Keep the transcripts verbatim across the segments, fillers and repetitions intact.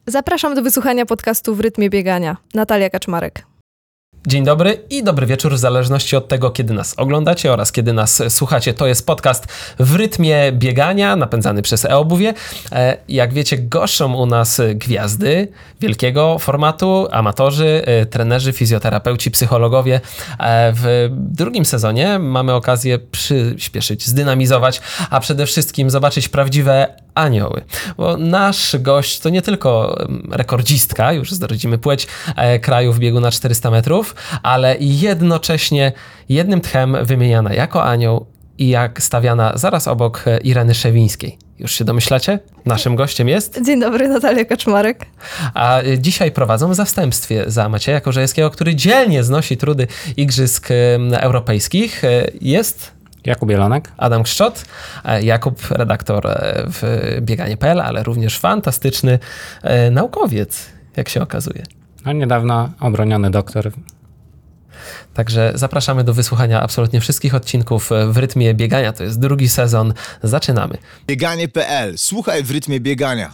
Zapraszam do wysłuchania podcastu W rytmie biegania. Natalia Kaczmarek. Dzień dobry i dobry wieczór, w zależności od tego, kiedy nas oglądacie oraz kiedy nas słuchacie. To jest podcast W rytmie biegania, napędzany przez e-obuwie. Jak wiecie, goszczą u nas gwiazdy wielkiego formatu, amatorzy, trenerzy, fizjoterapeuci, psychologowie. W drugim sezonie mamy okazję przyspieszyć, zdynamizować, a przede wszystkim zobaczyć prawdziwe anioły. Bo nasz gość to nie tylko rekordzistka, już zdradzimy płeć, kraju w biegu na czterysta metrów, ale jednocześnie jednym tchem wymieniana jako anioł i jak stawiana zaraz obok Ireny Szewińskiej. Już się domyślacie? Naszym gościem jest... Dzień dobry, Natalia Kaczmarek. A dzisiaj prowadzą w zastępstwie za Macieja Korzejewskiego, który dzielnie znosi trudy Igrzysk Europejskich. Jest... Jakub Jelonek. Adam Krzczot. Jakub, redaktor w bieganie kropka p l, ale również fantastyczny naukowiec, jak się okazuje. A niedawno obroniony doktor. Także zapraszamy do wysłuchania absolutnie wszystkich odcinków W rytmie biegania. To jest drugi sezon. Zaczynamy. bieganie kropka p l. Słuchaj W rytmie biegania.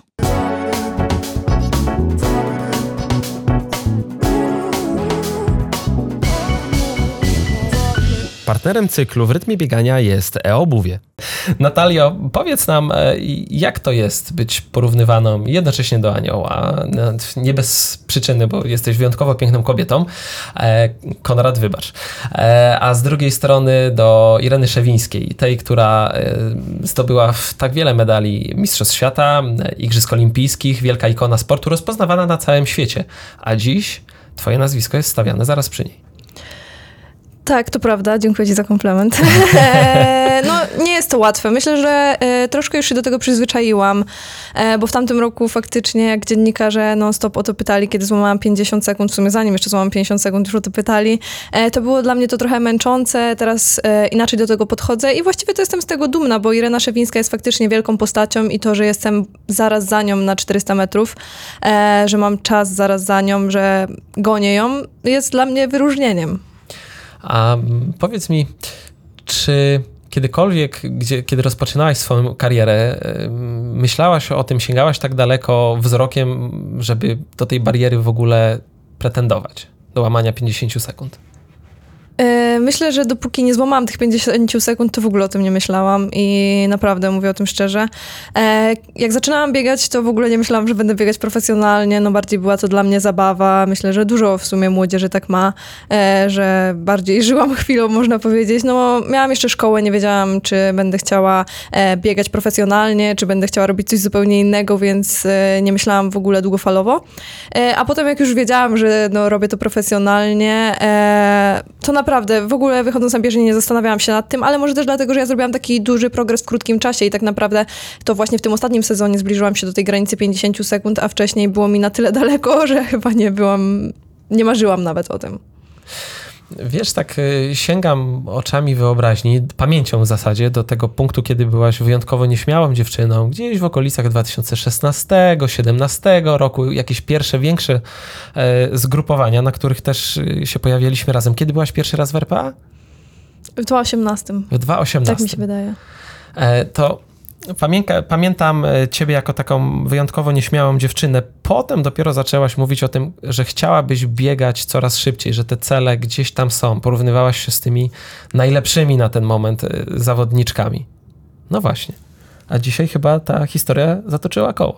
Partnerem cyklu W rytmie biegania jest e-obuwie. Natalio, powiedz nam, jak to jest być porównywaną jednocześnie do anioła? Nie bez przyczyny, bo jesteś wyjątkowo piękną kobietą. Konrad, wybacz. A z drugiej strony do Ireny Szewińskiej, tej, która zdobyła tak wiele medali Mistrzostw Świata, Igrzysk Olimpijskich, wielka ikona sportu, rozpoznawana na całym świecie. A dziś twoje nazwisko jest stawiane zaraz przy niej. Tak, to prawda. Dziękuję ci za komplement. No, nie jest to łatwe. Myślę, że troszkę już się do tego przyzwyczaiłam, bo w tamtym roku faktycznie, jak dziennikarze non-stop o to pytali, kiedy złamałam pięćdziesiąt sekund, w sumie zanim jeszcze złamałam pięćdziesiąt sekund, już o to pytali, to było dla mnie to trochę męczące. Teraz inaczej do tego podchodzę i właściwie to jestem z tego dumna, bo Irena Szewińska jest faktycznie wielką postacią i to, że jestem zaraz za nią na czterysta metrów, że mam czas zaraz za nią, że gonię ją, jest dla mnie wyróżnieniem. A powiedz mi, czy kiedykolwiek, gdzie, kiedy rozpoczynałaś swoją karierę, myślałaś o tym, sięgałaś tak daleko wzrokiem, żeby do tej bariery w ogóle pretendować, do łamania pięćdziesiąt sekund? Myślę, że dopóki nie złamałam tych pięćdziesiąt sekund, to w ogóle o tym nie myślałam i naprawdę mówię o tym szczerze. Jak zaczynałam biegać, to w ogóle nie myślałam, że będę biegać profesjonalnie, no bardziej była to dla mnie zabawa. Myślę, że dużo w sumie młodzieży tak ma, że bardziej żyłam chwilą, można powiedzieć. No miałam jeszcze szkołę, nie wiedziałam, czy będę chciała biegać profesjonalnie, czy będę chciała robić coś zupełnie innego, więc nie myślałam w ogóle długofalowo. A potem jak już wiedziałam, że no, robię to profesjonalnie, to naprawdę w ogóle wychodząc na bieżnię nie zastanawiałam się nad tym, ale może też dlatego, że ja zrobiłam taki duży progres w krótkim czasie i tak naprawdę to właśnie w tym ostatnim sezonie zbliżyłam się do tej granicy pięćdziesiąt sekund, a wcześniej było mi na tyle daleko, że chyba nie byłam, nie marzyłam nawet o tym. Wiesz, tak sięgam oczami wyobraźni, pamięcią w zasadzie do tego punktu, kiedy byłaś wyjątkowo nieśmiałą dziewczyną, gdzieś w okolicach dwa tysiące szesnastego, dwa tysiące siedemnastego roku, jakieś pierwsze, większe e, zgrupowania, na których też się pojawialiśmy razem. Kiedy byłaś pierwszy raz w R P A? W dwa tysiące osiemnastym. W dwa tysiące osiemnastym. Tak mi się wydaje. E, to Pamięka, pamiętam ciebie jako taką wyjątkowo nieśmiałą dziewczynę. Potem dopiero zaczęłaś mówić o tym, że chciałabyś biegać coraz szybciej, że te cele gdzieś tam są. Porównywałaś się z tymi najlepszymi na ten moment zawodniczkami. No właśnie. A dzisiaj chyba ta historia zatoczyła koło.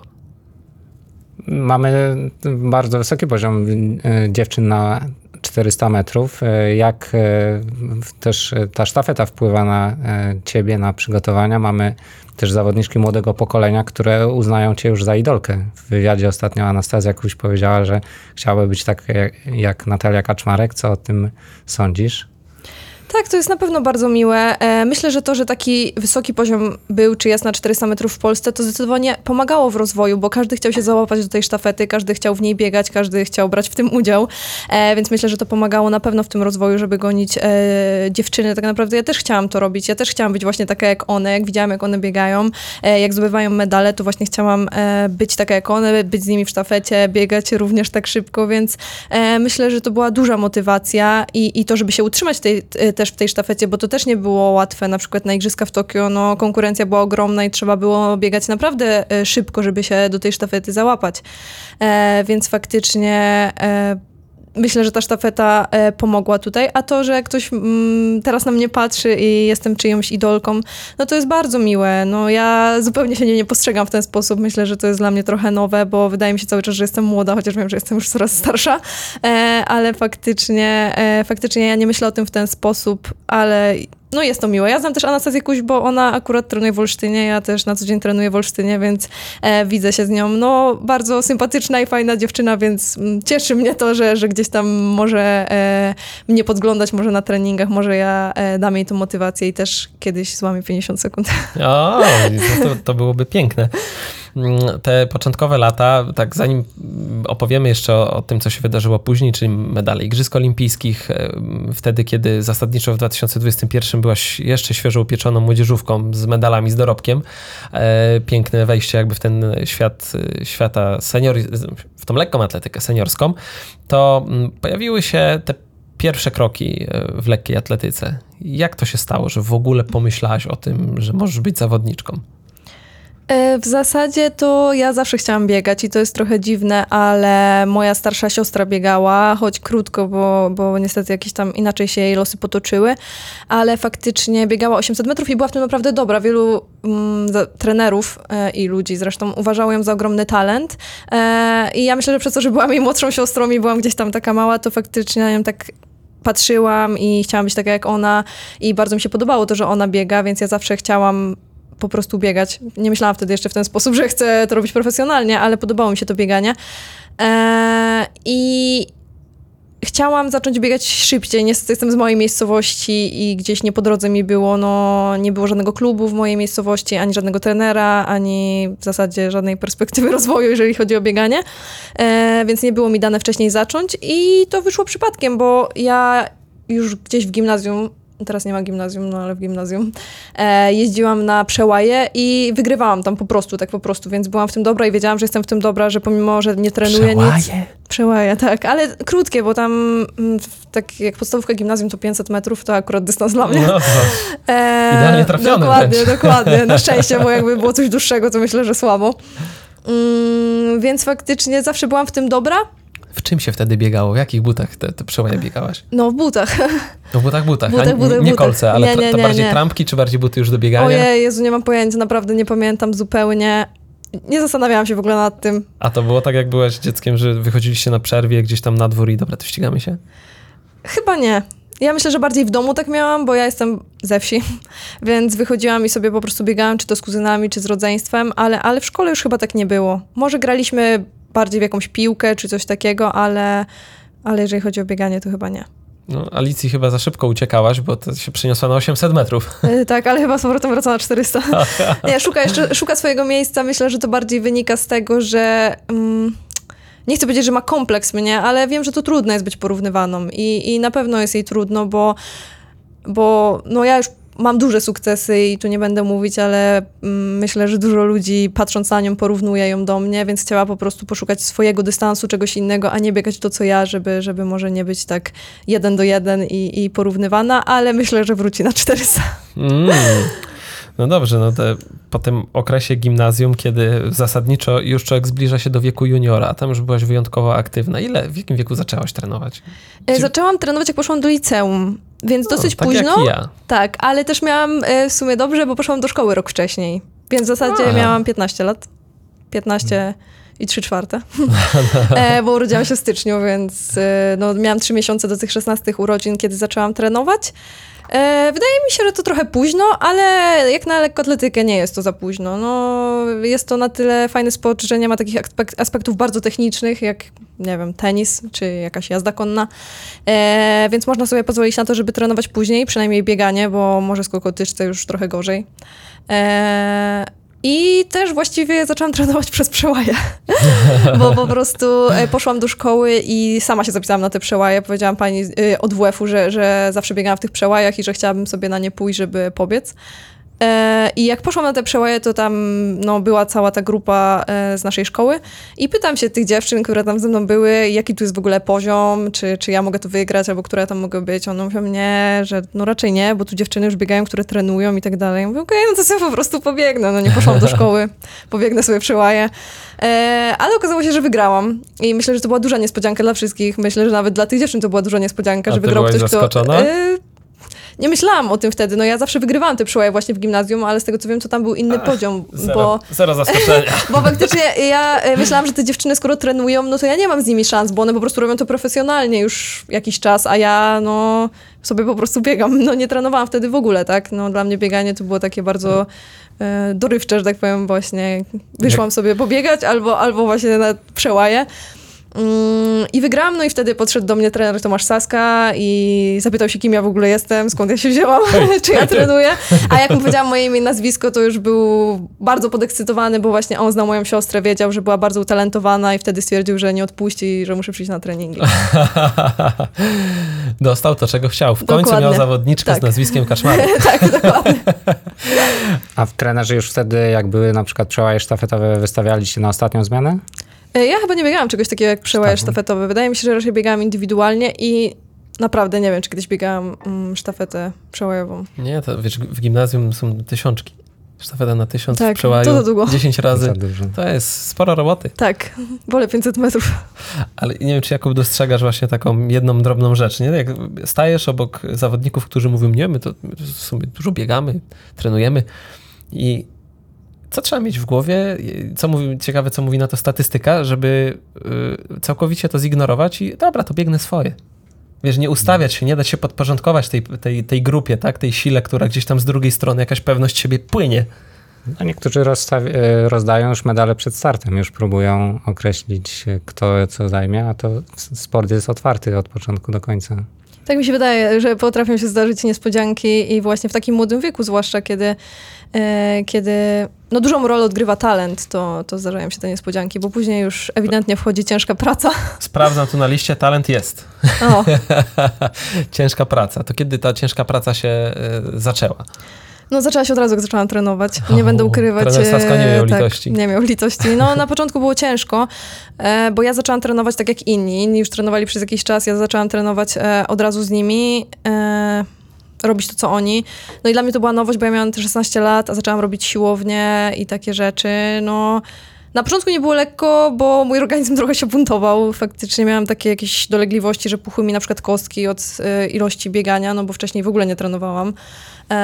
Mamy bardzo wysoki poziom dziewczyn na czterysta metrów. Jak też ta sztafeta wpływa na ciebie, na przygotowania? Mamy też zawodniczki młodego pokolenia, które uznają cię już za idolkę. W wywiadzie ostatnio Anastazja Kuś powiedziała, że chciałaby być tak jak, jak Natalia Kaczmarek. Co o tym sądzisz? Tak, to jest na pewno bardzo miłe. Myślę, że to, że taki wysoki poziom był, czy jest na czterysta metrów w Polsce, to zdecydowanie pomagało w rozwoju, bo każdy chciał się załapać do tej sztafety, każdy chciał w niej biegać, każdy chciał brać w tym udział, więc myślę, że to pomagało na pewno w tym rozwoju, żeby gonić dziewczyny. Tak naprawdę ja też chciałam to robić, ja też chciałam być właśnie taka jak one, jak widziałam, jak one biegają, jak zdobywają medale, to właśnie chciałam być taka jak one, być z nimi w sztafecie, biegać również tak szybko, więc myślę, że to była duża motywacja i, i to, żeby się utrzymać w tej też w tej sztafecie, bo to też nie było łatwe, na przykład na Igrzyska w Tokio, no konkurencja była ogromna i trzeba było biegać naprawdę e, szybko, żeby się do tej sztafety załapać. E, więc faktycznie e, myślę, że ta sztafeta e, pomogła tutaj, a to, że ktoś mm, teraz na mnie patrzy i jestem czyjąś idolką, no to jest bardzo miłe. No ja zupełnie się nie, nie postrzegam w ten sposób. Myślę, że to jest dla mnie trochę nowe, bo wydaje mi się cały czas, że jestem młoda, chociaż wiem, że jestem już coraz starsza, e, ale faktycznie, e, faktycznie ja nie myślę o tym w ten sposób, ale no jest to miłe. Ja znam też Anastazję Kuś, bo ona akurat trenuje w Olsztynie, ja też na co dzień trenuję w Olsztynie, więc e, widzę się z nią. No bardzo sympatyczna i fajna dziewczyna, więc mm, cieszy mnie to, że, że gdzieś tam może e, mnie podglądać, może na treningach, może ja e, dam jej tą motywację i też kiedyś złamię pięćdziesiąt sekund. O, no to, to byłoby piękne. Te początkowe lata, tak zanim opowiemy jeszcze o, o tym, co się wydarzyło później, czyli medale Igrzysk Olimpijskich, wtedy, kiedy zasadniczo w dwa tysiące dwudziestym pierwszym byłaś jeszcze świeżo upieczoną młodzieżówką z medalami, z dorobkiem. Piękne wejście jakby w ten świat, świata senior, w tą lekką atletykę seniorską, to pojawiły się te pierwsze kroki w lekkiej atletyce. Jak to się stało, że w ogóle pomyślałaś o tym, że możesz być zawodniczką? W zasadzie to ja zawsze chciałam biegać i to jest trochę dziwne, ale moja starsza siostra biegała, choć krótko, bo, bo niestety jakieś tam inaczej się jej losy potoczyły, ale faktycznie biegała osiemset metrów i była w tym naprawdę dobra. Wielu mm, za, trenerów e, i ludzi zresztą uważało ją za ogromny talent e, i ja myślę, że przez to, że byłam jej młodszą siostrą i byłam gdzieś tam taka mała, to faktycznie na nią tak patrzyłam i chciałam być taka jak ona i bardzo mi się podobało to, że ona biega, więc ja zawsze chciałam po prostu biegać. Nie myślałam wtedy jeszcze w ten sposób, że chcę to robić profesjonalnie, ale podobało mi się to bieganie. Eee, I chciałam zacząć biegać szybciej. Niestety jestem z mojej miejscowości i gdzieś nie po drodze mi było, no nie było żadnego klubu w mojej miejscowości, ani żadnego trenera, ani w zasadzie żadnej perspektywy rozwoju, jeżeli chodzi o bieganie. Eee, więc nie było mi dane wcześniej zacząć i to wyszło przypadkiem, bo ja już gdzieś w gimnazjum, teraz nie ma gimnazjum, no ale w gimnazjum, e, jeździłam na przełaje i wygrywałam tam po prostu, tak po prostu, więc byłam w tym dobra i wiedziałam, że jestem w tym dobra, że pomimo, że nie trenuję Przełaje? nic... Przełaje, tak, ale krótkie, bo tam mm, tak jak podstawówka gimnazjum to pięćset metrów, to akurat dystans dla mnie. No, E, idealnie trafiony Dokładnie, wręcz. dokładnie. Na szczęście, bo jakby było coś dłuższego, to myślę, że słabo. Mm, więc faktycznie zawsze byłam w tym dobra. w czym się wtedy biegało? W jakich butach te, te przełaje biegałaś? No w butach. No w butach, butach. Butach, A nie, butach, nie butach. kolce, ale Nie, nie, to nie, bardziej nie. trampki, czy bardziej buty już do biegania? Ojej, Jezu, nie mam pojęcia, naprawdę nie pamiętam zupełnie. Nie zastanawiałam się w ogóle nad tym. A to było tak, jak byłaś dzieckiem, że wychodziliście na przerwie gdzieś tam na dwór i dobra, to ścigamy się? Chyba nie. Ja myślę, że bardziej w domu tak miałam, bo ja jestem ze wsi, więc wychodziłam i sobie po prostu biegałam, czy to z kuzynami, czy z rodzeństwem, ale, ale w szkole już chyba tak nie było. Może graliśmy bardziej w jakąś piłkę, czy coś takiego, ale, ale jeżeli chodzi o bieganie, to chyba nie. No, Alicji chyba za szybko uciekałaś, bo to się przeniosła na osiemset metrów. Yy, tak, ale chyba z powrotem wraca na czterysta. Nie, szuka jeszcze, szuka swojego miejsca. Myślę, że to bardziej wynika z tego, że... Mm, nie chcę powiedzieć, że ma kompleks mnie, ale wiem, że to trudno jest być porównywaną i, i na pewno jest jej trudno, bo, bo no ja już mam duże sukcesy i tu nie będę mówić, ale mm, myślę, że dużo ludzi patrząc na nią porównuje ją do mnie, więc chciała po prostu poszukać swojego dystansu, czegoś innego, a nie biegać to, co ja, żeby, żeby może nie być tak jeden do jeden i, i porównywana, ale myślę, że wróci na czterysta. Mm. No dobrze, no to po tym okresie gimnazjum, kiedy zasadniczo już człowiek zbliża się do wieku juniora, a tam już byłaś wyjątkowo aktywna. Ile, w jakim wieku zaczęłaś trenować? E, Zaczęłam trenować, jak poszłam do liceum, więc No, dosyć tak późno. jak i ja. Tak, ale też miałam e, w sumie dobrze, bo poszłam do szkoły rok wcześniej. Więc w zasadzie A. miałam piętnaście lat. piętnaście i trzy czwarte. e, bo urodziłam się w styczniu, więc e, no, miałam trzy miesiące do tych szesnastych urodzin, kiedy zaczęłam trenować. E, wydaje mi się, że to trochę późno, ale jak na lekkoatletykę nie jest to za późno. No, jest to na tyle fajny sport, że nie ma takich aspek- aspektów bardzo technicznych, jak, nie wiem, tenis czy jakaś jazda konna. E, więc można sobie pozwolić na to, żeby trenować później, przynajmniej bieganie, bo może skok o tyczce już trochę gorzej. E, I też właściwie zaczęłam trenować przez przełaje, bo po prostu e, poszłam do szkoły i sama się zapisałam na te przełaje. Powiedziałam pani y, od W F u, że, że zawsze biegałam w tych przełajach i że chciałabym sobie na nie pójść, żeby pobiec. E, I jak poszłam na te przełaje, to tam no, była cała ta grupa e, z naszej szkoły i pytam się tych dziewczyn, które tam ze mną były, jaki tu jest w ogóle poziom, czy, czy ja mogę to wygrać, albo która tam mogę być. One mówią, nie, że no raczej nie, bo tu dziewczyny już biegają, które trenują i tak dalej. Ja mówię, okej, okay, no to sobie po prostu pobiegnę, no nie poszłam do szkoły, pobiegnę sobie przełaje. E, ale okazało się, że wygrałam i myślę, że to była duża niespodzianka dla wszystkich. Myślę, że nawet dla tych dziewczyn to była duża niespodzianka, A że ty wygrał byłaś ktoś, zaskoczona? kto... E, Nie myślałam o tym wtedy, no ja zawsze wygrywałam te przełaje właśnie w gimnazjum, ale z tego co wiem, to tam był inny Ach, poziom, zero, bo... Zero zaskoczenia. Bo faktycznie ja myślałam, że te dziewczyny skoro trenują, no to ja nie mam z nimi szans, bo one po prostu robią to profesjonalnie już jakiś czas, a ja no sobie po prostu biegam, no nie trenowałam wtedy w ogóle, tak? No dla mnie bieganie to było takie bardzo e, dorywcze, że tak powiem właśnie. Wyszłam sobie pobiegać albo, albo właśnie na przełaje. I wygrałam, no i wtedy podszedł do mnie trener Tomasz Saska i zapytał się, kim ja w ogóle jestem, skąd ja się wzięłam, czy ja trenuję. A jak mu powiedziałam moje imię i nazwisko, to już był bardzo podekscytowany, bo właśnie on znał moją siostrę, wiedział, że była bardzo utalentowana i wtedy stwierdził, że nie odpuści i że muszę przyjść na treningi. Dostał to, czego chciał. W końcu Dokładnie. miał zawodniczkę Tak. z nazwiskiem Kaczmarek. Tak, dokładnie. A w trenerzy już wtedy, jak były na przykład przełaje sztafetowe, wystawiali się na ostatnią zmianę? Ja chyba nie biegałam czegoś takiego jak przełaje Sztafą. sztafetowe. Wydaje mi się, że raczej biegałam indywidualnie i naprawdę nie wiem, czy kiedyś biegałam mm, sztafetę przełajową. Nie, to wiesz, w gimnazjum są tysiączki. Sztafeta na tysiąc Tak, w przełaju, to za długo. dziesięć razy. Za dużo. To jest sporo roboty. Tak, wolę pięćset metrów. Ale nie wiem, czy Jakub dostrzegasz właśnie taką jedną drobną rzecz, nie? Jak stajesz obok zawodników, którzy mówią, nie, my to my w sumie dużo biegamy, trenujemy i co trzeba mieć w głowie, co mówi, ciekawe, co mówi na to statystyka, żeby y, całkowicie to zignorować i dobra, to biegnę swoje. Wiesz, nie ustawiać się, nie dać się podporządkować tej, tej, tej grupie, tak? Tej sile, która gdzieś tam z drugiej strony jakaś pewność siebie płynie. No niektórzy rozstawi- e, rozdają już medale przed startem, już próbują określić, kto co zajmie, a to sport jest otwarty od początku do końca. Tak mi się wydaje, że potrafią się zdarzyć niespodzianki i właśnie w takim młodym wieku, zwłaszcza kiedy, e, kiedy no dużą rolę odgrywa talent, to, to zdarzają się te niespodzianki, bo później już ewidentnie wchodzi ciężka praca. Sprawdzam tu na liście, talent jest. O. Ciężka praca. To kiedy ta ciężka praca się y, zaczęła? No zaczęła się od razu, jak zaczęłam trenować. Nie O, będę ukrywać. trener Saska nie miał tak, litości. Nie miał litości. No na początku było ciężko, e, bo ja zaczęłam trenować tak jak inni. Inni już trenowali przez jakiś czas, ja zaczęłam trenować e, od razu z nimi, e, robić to, co oni. No i dla mnie to była nowość, bo ja miałam szesnaście lat, a zaczęłam robić siłownię i takie rzeczy. No na początku nie było lekko, bo mój organizm trochę się buntował. Faktycznie miałam takie jakieś dolegliwości, że puchły mi na przykład kostki od e, ilości biegania, no bo wcześniej w ogóle nie trenowałam. E,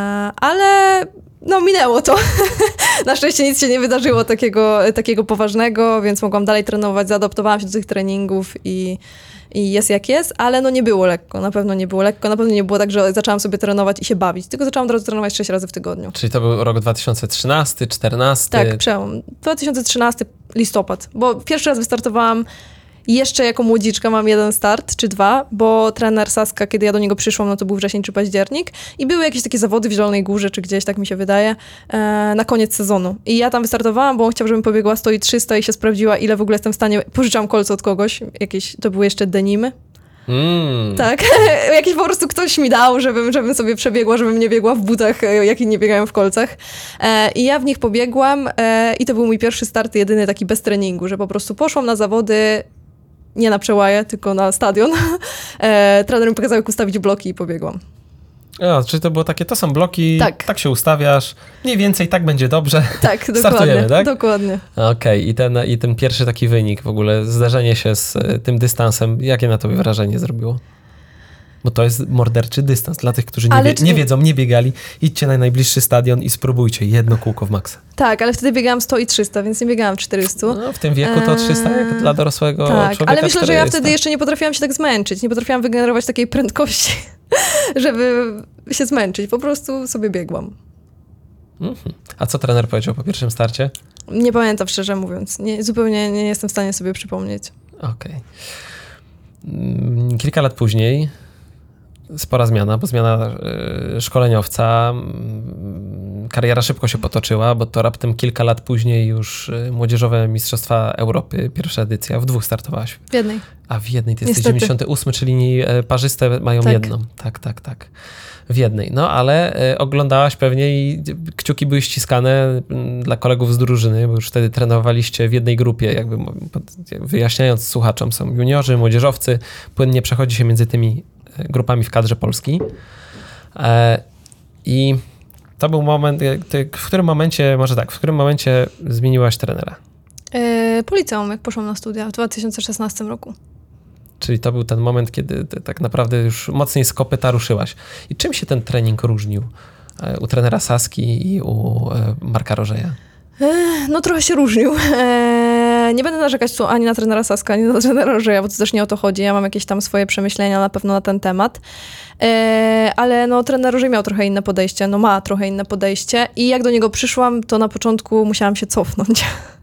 ale no minęło to. Na szczęście nic się nie wydarzyło takiego, takiego poważnego, więc mogłam dalej trenować, zaadaptowałam się do tych treningów i, i jest jak jest, ale no nie było lekko, na pewno nie było lekko, na pewno nie było tak, że zaczęłam sobie trenować i się bawić, tylko zaczęłam od razu trenować sześć razy w tygodniu. Czyli to był rok dwa tysiące trzynasty, czternasty? Tak, przełom. dwa tysiące trzynasty listopad, bo pierwszy raz wystartowałam jeszcze jako młodziczka, mam jeden start czy dwa, bo trener Saska, kiedy ja do niego przyszłam, no to był wrzesień czy październik i były jakieś takie zawody w Zielonej Górze czy gdzieś, tak mi się wydaje, e, na koniec sezonu. I ja tam wystartowałam, bo on chciał, żebym pobiegła sto i trzysta i się sprawdziła, ile w ogóle jestem w stanie, pożyczam kolce od kogoś, jakieś, to były jeszcze denimy. Mm. Tak, jakiś po prostu ktoś mi dał, żebym, żebym sobie przebiegła, żebym nie biegła w butach, e, jak inni biegają w kolcach. E, I ja w nich pobiegłam e, i to był mój pierwszy start, jedyny taki bez treningu, że po prostu poszłam na zawody, nie na przełaje, tylko na stadion. E, trener mi pokazał, jak ustawić bloki i pobiegłam. O, czyli to było takie, to są bloki, Tak. tak się ustawiasz, mniej więcej tak będzie dobrze. Tak, Startujemy, dokładnie. tak? Dokładnie. Okej, i, ten, i ten pierwszy taki wynik w ogóle, zdarzenie się z e, tym dystansem, jakie na tobie wrażenie zrobiło? Bo to jest morderczy dystans. Dla tych, którzy nie, Ale wie, czy- nie wiedzą, nie biegali, idźcie na najbliższy stadion i spróbujcie jedno kółko w maksa. Tak, ale wtedy biegałam sto i trzysta, więc nie biegałam czterysta. No, w tym wieku to trzysta jak Eee, dla dorosłego Tak, człowieka ale myślę, że ja czterysta. wtedy jeszcze nie potrafiłam się tak zmęczyć. Nie potrafiłam wygenerować takiej prędkości, żeby się zmęczyć. Po prostu sobie biegłam. Mhm. A co trener powiedział po pierwszym starcie? Nie pamiętam, szczerze mówiąc. Nie, zupełnie nie jestem w stanie sobie przypomnieć. Okej. Mm, Kilka lat później spora zmiana, bo zmiana y, szkoleniowca, y, kariera szybko się potoczyła, bo to raptem kilka lat później już y, Młodzieżowe Mistrzostwa Europy, pierwsza edycja, w dwóch startowałaś. W jednej. A w jednej, ty jesteś Niestety. dziewięćdziesiąty ósmy, czyli y, parzyste mają Tak. jedną. Tak, tak, tak. W jednej. No, ale y, oglądałaś pewnie i kciuki były ściskane y, dla kolegów z drużyny, bo już wtedy trenowaliście w jednej grupie, jakby mo- pod- wyjaśniając słuchaczom, są juniorzy, młodzieżowcy, płynnie przechodzi się między tymi grupami w kadrze Polski. E, I to był moment, jak ty, w którym momencie, może tak, w którym momencie zmieniłaś trenera? E, po liceum, jak poszłam na studia w dwa tysiące szesnastym roku. Czyli to był ten moment, kiedy ty tak naprawdę już mocniej z kopyta ruszyłaś. I czym się ten trening różnił e, u trenera Saski i u e, Marka Rożeja? No trochę się różnił. Eee, nie będę narzekać tu ani na trenera Saska, ani na trenera Rożeja, bo to też nie o to chodzi. Ja mam jakieś tam swoje przemyślenia na pewno na ten temat. Eee, ale no trener Rożej miał trochę inne podejście, no ma trochę inne podejście i jak do niego przyszłam, to na początku musiałam się cofnąć.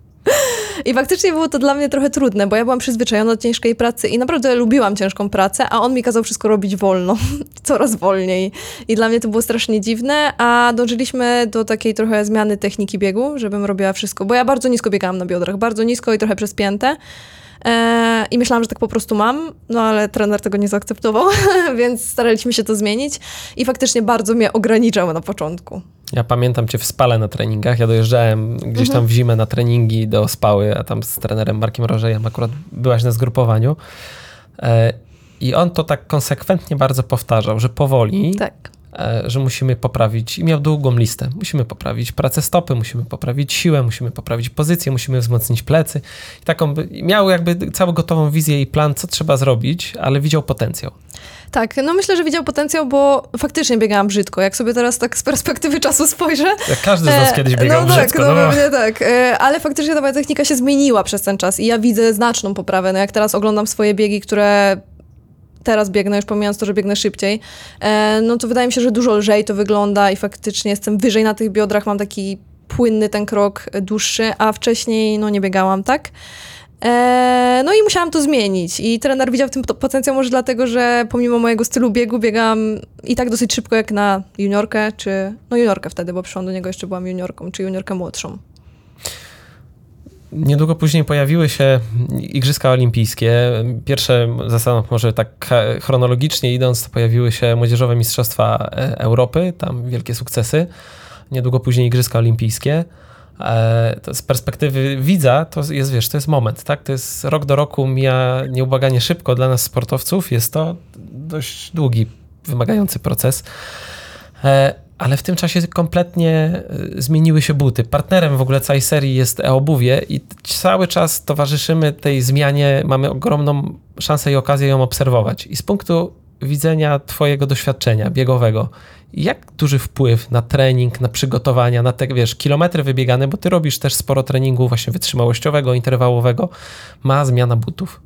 I faktycznie było to dla mnie trochę trudne, bo ja byłam przyzwyczajona do ciężkiej pracy i naprawdę lubiłam ciężką pracę, a on mi kazał wszystko robić wolno, coraz wolniej. I dla mnie to było strasznie dziwne, a dążyliśmy do takiej trochę zmiany techniki biegu, żebym robiła wszystko, bo ja bardzo nisko biegałam na biodrach, bardzo nisko i trochę przespięte. Eee, I myślałam, że tak po prostu mam, no ale trener tego nie zaakceptował, więc staraliśmy się to zmienić i faktycznie bardzo mnie ograniczał na początku. Ja pamiętam cię w Spale na treningach. Ja dojeżdżałem gdzieś tam w zimę na treningi do Spały, a tam z trenerem Markiem Rożejem akurat byłaś na zgrupowaniu. E, I on to tak konsekwentnie bardzo powtarzał, że powoli, Tak. e, że musimy poprawić, i miał długą listę, musimy poprawić pracę stopy, musimy poprawić siłę, musimy poprawić pozycję, musimy wzmocnić plecy. I taką by- miał jakby całą gotową wizję i plan, co trzeba zrobić, ale widział potencjał. Tak, no myślę, że widział potencjał, bo faktycznie biegałam brzydko. Jak sobie teraz tak z perspektywy czasu spojrzę. Jak każdy z nas e, kiedyś biegał no brzydko. Tak, no no. pewnie tak. E, ale faktycznie ta moja technika się zmieniła przez ten czas i ja widzę znaczną poprawę. No jak teraz oglądam swoje biegi, które teraz biegnę, już pomijając to, że biegnę szybciej, e, no to wydaje mi się, że dużo lżej to wygląda i faktycznie jestem wyżej na tych biodrach, mam taki płynny ten krok, e, dłuższy, a wcześniej no nie biegałam tak. E, no i musiałam to zmienić i trener widział w tym pot- potencjał może dlatego, że pomimo mojego stylu biegu biegałam i tak dosyć szybko jak na juniorkę, czy no juniorkę wtedy, bo przyszłam do niego jeszcze byłam juniorką, czy juniorkę młodszą. Niedługo później pojawiły się Igrzyska Olimpijskie. Pierwsze, zastanów może tak chronologicznie idąc, to pojawiły się Młodzieżowe Mistrzostwa Europy, tam wielkie sukcesy. Niedługo później Igrzyska Olimpijskie. To z perspektywy widza, to jest, wiesz, to jest moment, tak? To jest rok do roku, mija nieubłaganie szybko dla nas sportowców. Jest to dość długi, wymagający proces. Ale w tym czasie kompletnie zmieniły się buty. Partnerem w ogóle całej serii jest e-obuwie i cały czas towarzyszymy tej zmianie, mamy ogromną szansę i okazję ją obserwować. I z punktu widzenia twojego doświadczenia biegowego, jak duży wpływ na trening, na przygotowania, na te, wiesz, kilometry wybiegane, bo ty robisz też sporo treningu właśnie wytrzymałościowego, interwałowego, ma zmiana butów?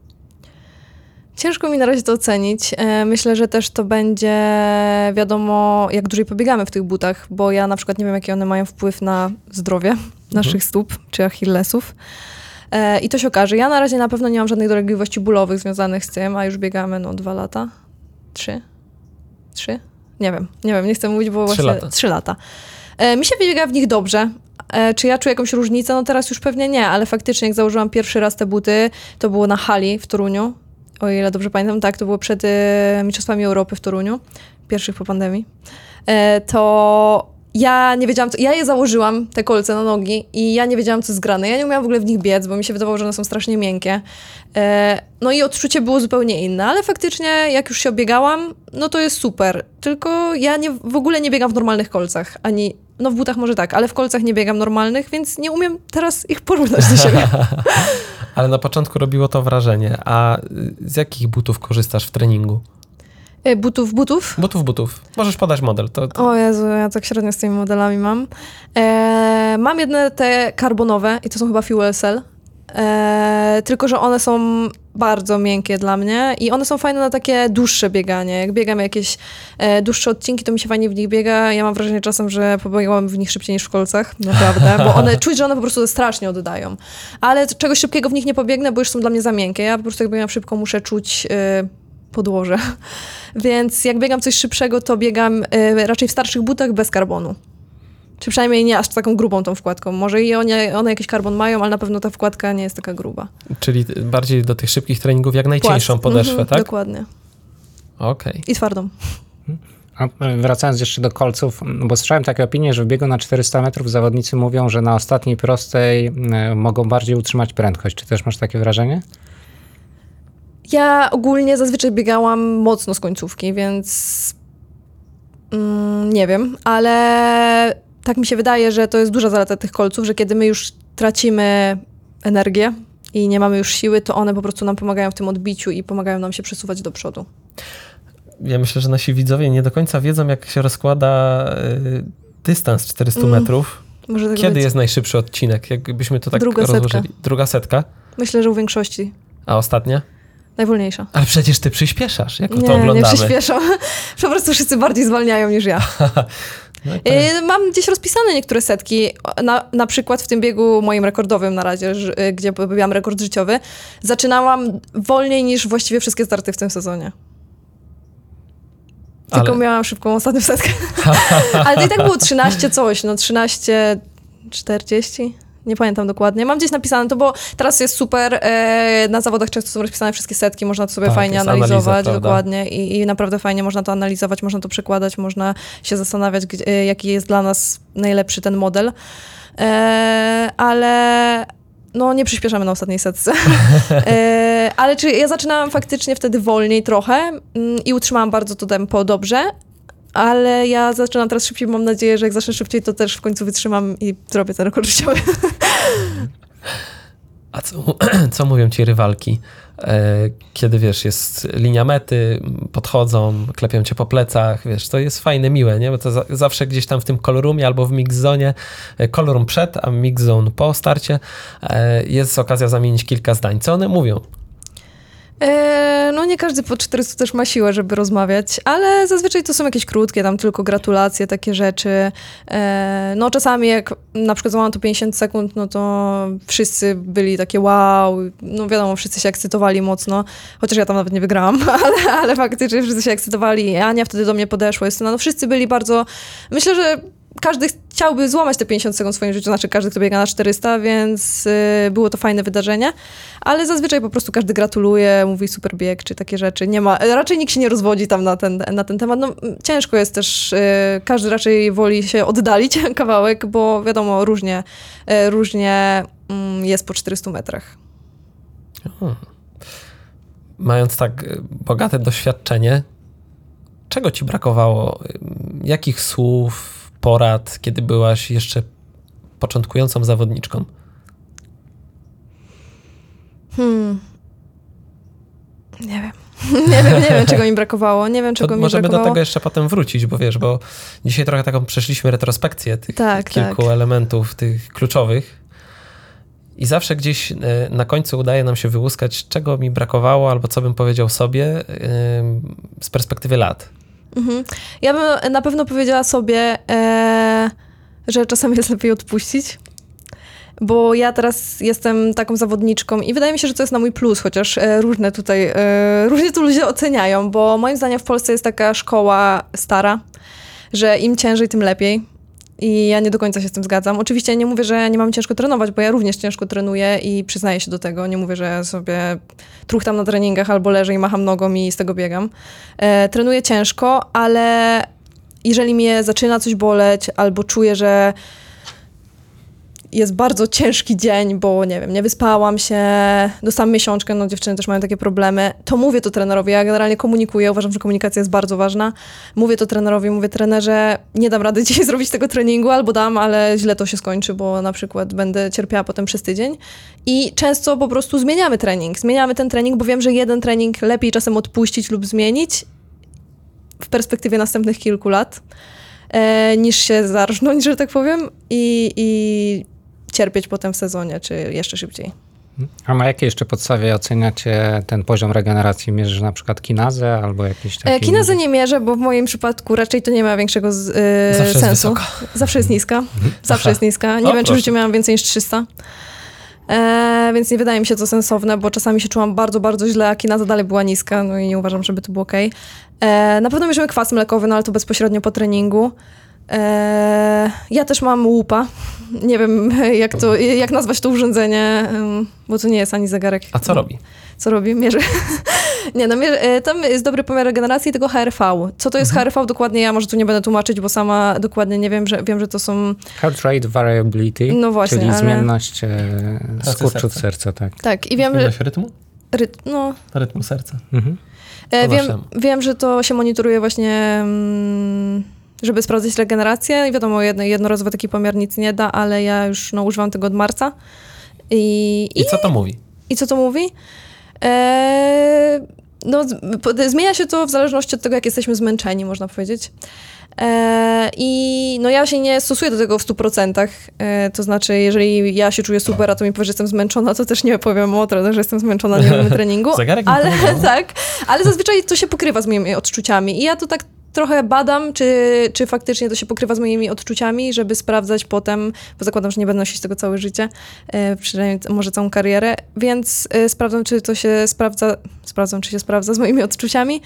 Ciężko mi na razie to ocenić. Myślę, że też to będzie wiadomo, jak dłużej pobiegamy w tych butach, bo ja na przykład nie wiem, jaki one mają wpływ na zdrowie naszych mhm. stóp czy achillesów. I to się okaże. Ja na razie na pewno nie mam żadnych dolegliwości bólowych związanych z tym, a już biegamy no dwa lata. Trzy? Trzy? Nie wiem, nie wiem, nie chcę mówić, bo trzy właśnie lata. trzy lata. Mi się biega w nich dobrze. Czy ja czuję jakąś różnicę? No teraz już pewnie nie, ale faktycznie jak założyłam pierwszy raz te buty, to było na hali w Toruniu. O ile dobrze pamiętam, tak, to było przed y, Mistrzostwami Europy w Toruniu, pierwszych po pandemii, e, to ja nie wiedziałam, co, ja je założyłam, te kolce na nogi i ja nie wiedziałam, co jest grane. Ja nie umiałam w ogóle w nich biec, bo mi się wydawało, że one są strasznie miękkie. E, no i odczucie było zupełnie inne, ale faktycznie jak już się obiegałam, no to jest super. Tylko ja nie, w ogóle nie biegam w normalnych kolcach, ani, no w butach może tak, ale w kolcach nie biegam normalnych, więc nie umiem teraz ich porównać do siebie. Ale na początku robiło to wrażenie. A z jakich butów korzystasz w treningu? Butów, butów? Butów, butów. Możesz podać model. To, to... O Jezu, ja tak średnio z tymi modelami mam. E, mam jedne te karbonowe i to są chyba Fuel Cell. E, tylko, że one są bardzo miękkie dla mnie i one są fajne na takie dłuższe bieganie. Jak biegam jakieś e, dłuższe odcinki, to mi się fajnie w nich biega. Ja mam wrażenie czasem, że pobiegłam w nich szybciej niż w kolcach. Naprawdę. Bo one, czuć, że one po prostu strasznie oddają. Ale czegoś szybkiego w nich nie pobiegnę, bo już są dla mnie za miękkie. Ja po prostu jak biegam szybko, muszę czuć... E, podłoże. Więc jak biegam coś szybszego, to biegam y, raczej w starszych butach bez karbonu. Czy przynajmniej nie aż taką grubą tą wkładką. Może i one, one jakiś karbon mają, ale na pewno ta wkładka nie jest taka gruba. Czyli bardziej do tych szybkich treningów jak najcieńszą podeszwę, mhm, tak? Dokładnie. Okej. Okay. I twardą. A wracając jeszcze do kolców, bo słyszałem takie opinie, że w biegu na czterysta metrów zawodnicy mówią, że na ostatniej prostej y, mogą bardziej utrzymać prędkość. Czy też masz takie wrażenie? Ja ogólnie zazwyczaj biegałam mocno z końcówki, więc mm, nie wiem, ale tak mi się wydaje, że to jest duża zaleta tych kolców, że kiedy my już tracimy energię i nie mamy już siły, to one po prostu nam pomagają w tym odbiciu i pomagają nam się przesuwać do przodu. Ja myślę, że nasi widzowie nie do końca wiedzą, jak się rozkłada y, dystans czterysta Mm, metrów. Może tak Kiedy być. jest najszybszy odcinek? Jakbyśmy to tak Druga rozłożyli. setka. Druga setka. Myślę, że u większości A ostatnia? najwolniejsza. Ale przecież ty przyspieszasz, jak to Nie, nie oglądamy. przyspieszą. Po prostu wszyscy bardziej zwalniają niż ja. No i to- Y, Mam gdzieś rozpisane niektóre setki, na, na przykład w tym biegu moim rekordowym na razie, ż- y, gdzie pobiłam rekord życiowy, zaczynałam wolniej niż właściwie wszystkie starty w tym sezonie. Tylko Ale- miałam szybką ostatnią setkę. Ale to i tak było trzynaście coś, no trzynaście czterdzieści. Nie pamiętam dokładnie. Mam gdzieś napisane to, bo teraz jest super. E, na zawodach często są rozpisane wszystkie setki, można to sobie Tak, fajnie jest analizować. analiza, prawda? Dokładnie. I, I naprawdę fajnie można to analizować, można to przekładać, można się zastanawiać, gdzie, e, jaki jest dla nas najlepszy ten model. E, ale no nie przyspieszamy na ostatniej setce. e, ale czy ja zaczynałam faktycznie wtedy wolniej trochę mm, i utrzymałam bardzo to tempo dobrze. Ale ja zaczynam teraz szybciej, mam nadzieję, że jak zacznę szybciej, to też w końcu wytrzymam i zrobię ten rekord życiowy. A co, co mówią ci rywalki? E, kiedy, wiesz, jest linia mety, podchodzą, klepią cię po plecach, wiesz, to jest fajne, miłe, nie? Bo to za, zawsze gdzieś tam w tym kolorumie albo w mix zone, e, kolorum przed, a mix zone po starcie, e, jest okazja zamienić kilka zdań. Co one mówią? E, no nie każdy po czterystu też ma siłę, żeby rozmawiać, ale zazwyczaj to są jakieś krótkie, tam tylko gratulacje, takie rzeczy. E, no czasami jak na przykład złamałam to pięćdziesiąt sekund, no to wszyscy byli takie wow, no wiadomo, wszyscy się ekscytowali mocno, chociaż ja tam nawet nie wygrałam, ale, ale faktycznie wszyscy się ekscytowali. Ania wtedy do mnie podeszła, Justyna, no wszyscy byli bardzo, myślę, że każdy chciałby złamać te pięćdziesiąt sekund w swoim życiu, znaczy każdy, kto biega na czterysta, więc y, było to fajne wydarzenie, ale zazwyczaj po prostu każdy gratuluje, mówi super bieg, czy takie rzeczy. Nie ma, raczej nikt się nie rozwodzi tam na ten, na ten temat. No, ciężko jest też, y, każdy raczej woli się oddalić kawałek, bo wiadomo, różnie, y, różnie mm, jest po czterystu metrach. Hmm. Mając tak y, bogate doświadczenie, czego ci brakowało? Y, Jakich słów, porad, kiedy byłaś jeszcze początkującą zawodniczką? Hmm. Nie wiem. nie wiem, nie wiem, czego mi brakowało. Nie wiem, czego To mi możemy brakowało. do tego jeszcze potem wrócić, bo wiesz, bo dzisiaj trochę taką przeszliśmy retrospekcję tych Tak, kilku tak. elementów, tych kluczowych. I zawsze gdzieś e, na końcu udaje nam się wyłuskać, czego mi brakowało, albo co bym powiedział sobie e, z perspektywy lat. Mhm. Ja bym na pewno powiedziała sobie, e, że czasami jest lepiej odpuścić, bo ja teraz jestem taką zawodniczką i wydaje mi się, że to jest na mój plus, chociaż e, różne tutaj, e, różnie to ludzie oceniają, bo moim zdaniem w Polsce jest taka szkoła stara, że im ciężej, tym lepiej. I ja nie do końca się z tym zgadzam. Oczywiście nie mówię, że nie mam ciężko trenować, bo ja również ciężko trenuję i przyznaję się do tego. Nie mówię, że sobie truchtam na treningach albo leżę i macham nogą i z tego biegam. E, trenuję ciężko, ale jeżeli mnie zaczyna coś boleć albo czuję, że jest bardzo ciężki dzień, bo nie wiem, nie wyspałam się, dostałam miesiączkę, no dziewczyny też mają takie problemy, to mówię to trenerowi, ja generalnie komunikuję, uważam, że komunikacja jest bardzo ważna. Mówię to trenerowi, mówię trenerze, nie dam rady dzisiaj zrobić tego treningu, albo dam, ale źle to się skończy, bo na przykład będę cierpiała potem przez tydzień. I często po prostu zmieniamy trening, zmieniamy ten trening, bo wiem, że jeden trening lepiej czasem odpuścić lub zmienić w perspektywie następnych kilku lat, e, niż się zarżnąć, że tak powiem, i, i cierpieć potem w sezonie, czy jeszcze szybciej. A na jakiej jeszcze podstawie oceniacie ten poziom regeneracji? Mierzysz na przykład kinazę albo jakiś taki... E, kinazę nie mierzę, bo w moim przypadku raczej to nie ma większego z, e, Zawsze jest sensu. wysoka. Zawsze jest niska. Zawsze jest niska. Nie O, wiem, czy w proszę. życiu miałam więcej niż trzysta. E, więc nie wydaje mi się to sensowne, bo czasami się czułam bardzo, bardzo źle, a kinaza dalej była niska, no i nie uważam, żeby to było okej. E, na pewno bierzemy kwas mlekowy, no ale to bezpośrednio po treningu. E, ja też mam łupa. Nie wiem, jak, to, jak nazwać to urządzenie, em, bo to nie jest ani zegarek. A co robi? Co robi? Mierzy. Nie, no mierzy, e, tam jest dobry pomiar regeneracji tego H R V. Co to jest Mhm. H R V dokładnie? Ja może tu nie będę tłumaczyć, bo sama dokładnie nie wiem, że wiem, że to są... Heart rate variability, No właśnie, czyli ale- zmienność e, Pracy skurczu serca. serca, tak. Tak, i wiem, że... Zmieniasz rytmu? Ry, no, Rytmu serca. Mhm. e, Po wiem, naszemu. wiem, że to się monitoruje właśnie, mm, żeby sprawdzić regenerację. I wiadomo, jedno, jednorazowy taki pomiar nic nie da, ale ja już no, używam tego od marca. I, I co to mówi? I co to mówi? Eee, no, z- po- zmienia się to w zależności od tego, jak jesteśmy zmęczeni, można powiedzieć. Eee, I no ja się nie stosuję do tego w stu procentach. Eee, to znaczy, jeżeli ja się czuję super, a to mi powie, że jestem zmęczona, to też nie powiem o tym, że jestem zmęczona, nie robimy treningu. Zegarek mi ale powiedział. tak, ale zazwyczaj to się pokrywa z moimi odczuciami. I ja to tak trochę badam, czy, czy faktycznie to się pokrywa z moimi odczuciami, żeby sprawdzać potem, bo zakładam, że nie będę nosić tego całe życie, e, przynajmniej c- może całą karierę, więc e, sprawdzam, czy to się sprawdza, sprawdzam, czy się sprawdza z moimi odczuciami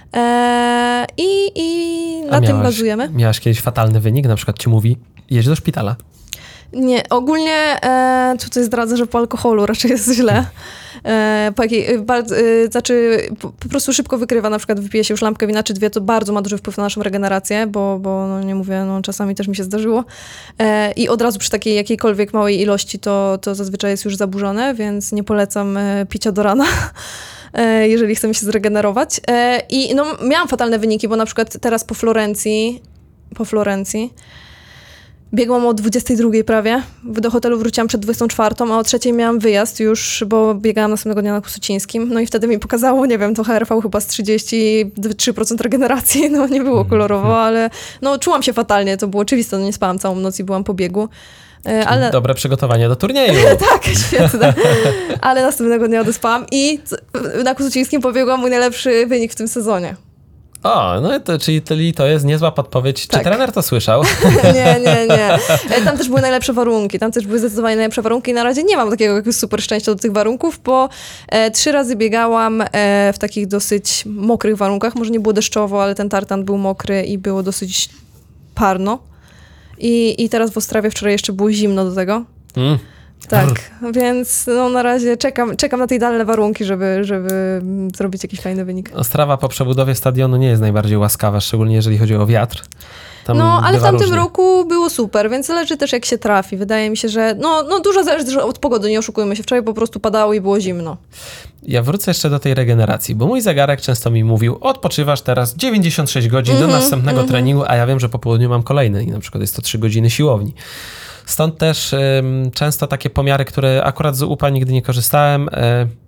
e, i, i na A tym miałaś- bazujemy. Miałaś kiedyś fatalny wynik, na przykład ci mówi, jedź do szpitala. Nie, ogólnie e, tutaj zdradzę, że po alkoholu raczej jest źle. E, po jakiej, e, bardzo, e, znaczy po, po prostu szybko wykrywa, na przykład wypije się już lampkę wina czy dwie, to bardzo ma duży wpływ na naszą regenerację, bo, bo no, nie mówię, no, czasami też mi się zdarzyło. E, I od razu przy takiej jakiejkolwiek małej ilości to, to zazwyczaj jest już zaburzone, więc nie polecam e, picia do rana. e, Jeżeli chcemy się zregenerować. E, I no, miałam fatalne wyniki, bo na przykład teraz po Florencji, po Florencji biegłam o dwudziestej drugiej prawie. Do hotelu wróciłam przed dwudziestą czwartą, a o trzeciej miałam wyjazd już, bo biegałam następnego dnia na Kusucińskim. No i wtedy mi pokazało, nie wiem, to H R V chyba z trzydzieści trzy procent regeneracji. No nie było kolorowo, ale no czułam się fatalnie. To było oczywiste, no nie spałam całą noc i byłam po biegu. E, Ale Dobre przygotowanie do turnieju. tak, świetne. Ale następnego dnia odespałam i c- na Kusucińskim pobiegłam mój najlepszy wynik w tym sezonie. O, no to, czyli, czyli to jest niezła podpowiedź. Tak. Czy trener to słyszał? Nie, nie, nie. E, Tam też były najlepsze warunki. Tam też były zdecydowanie najlepsze warunki i na razie nie mam takiego jakiegoś super szczęścia do tych warunków, bo e, trzy razy biegałam e, w takich dosyć mokrych warunkach. Może nie było deszczowo, ale ten tartan był mokry i było dosyć parno. I, i teraz w Ostrawie wczoraj jeszcze było zimno do tego. Mm. Tak, więc no, na razie czekam, czekam na te idealne warunki, żeby, żeby mm, zrobić jakiś fajny wynik. Ostrawa po przebudowie stadionu nie jest najbardziej łaskawa, szczególnie jeżeli chodzi o wiatr. Tam No, ale w bywa tamtym różnie. roku było super, więc zależy też jak się trafi. Wydaje mi się, że no, no dużo zależy też od pogody, nie oszukujmy się. Wczoraj po prostu padało i było zimno. Ja wrócę jeszcze do tej regeneracji, bo mój zegarek często mi mówił, odpoczywasz teraz dziewięćdziesiąt sześć godzin do następnego treningu, a ja wiem, że po południu mam kolejny i na przykład jest to trzy godziny siłowni. Stąd też ym, często takie pomiary, które akurat z U P A nigdy nie korzystałem, y,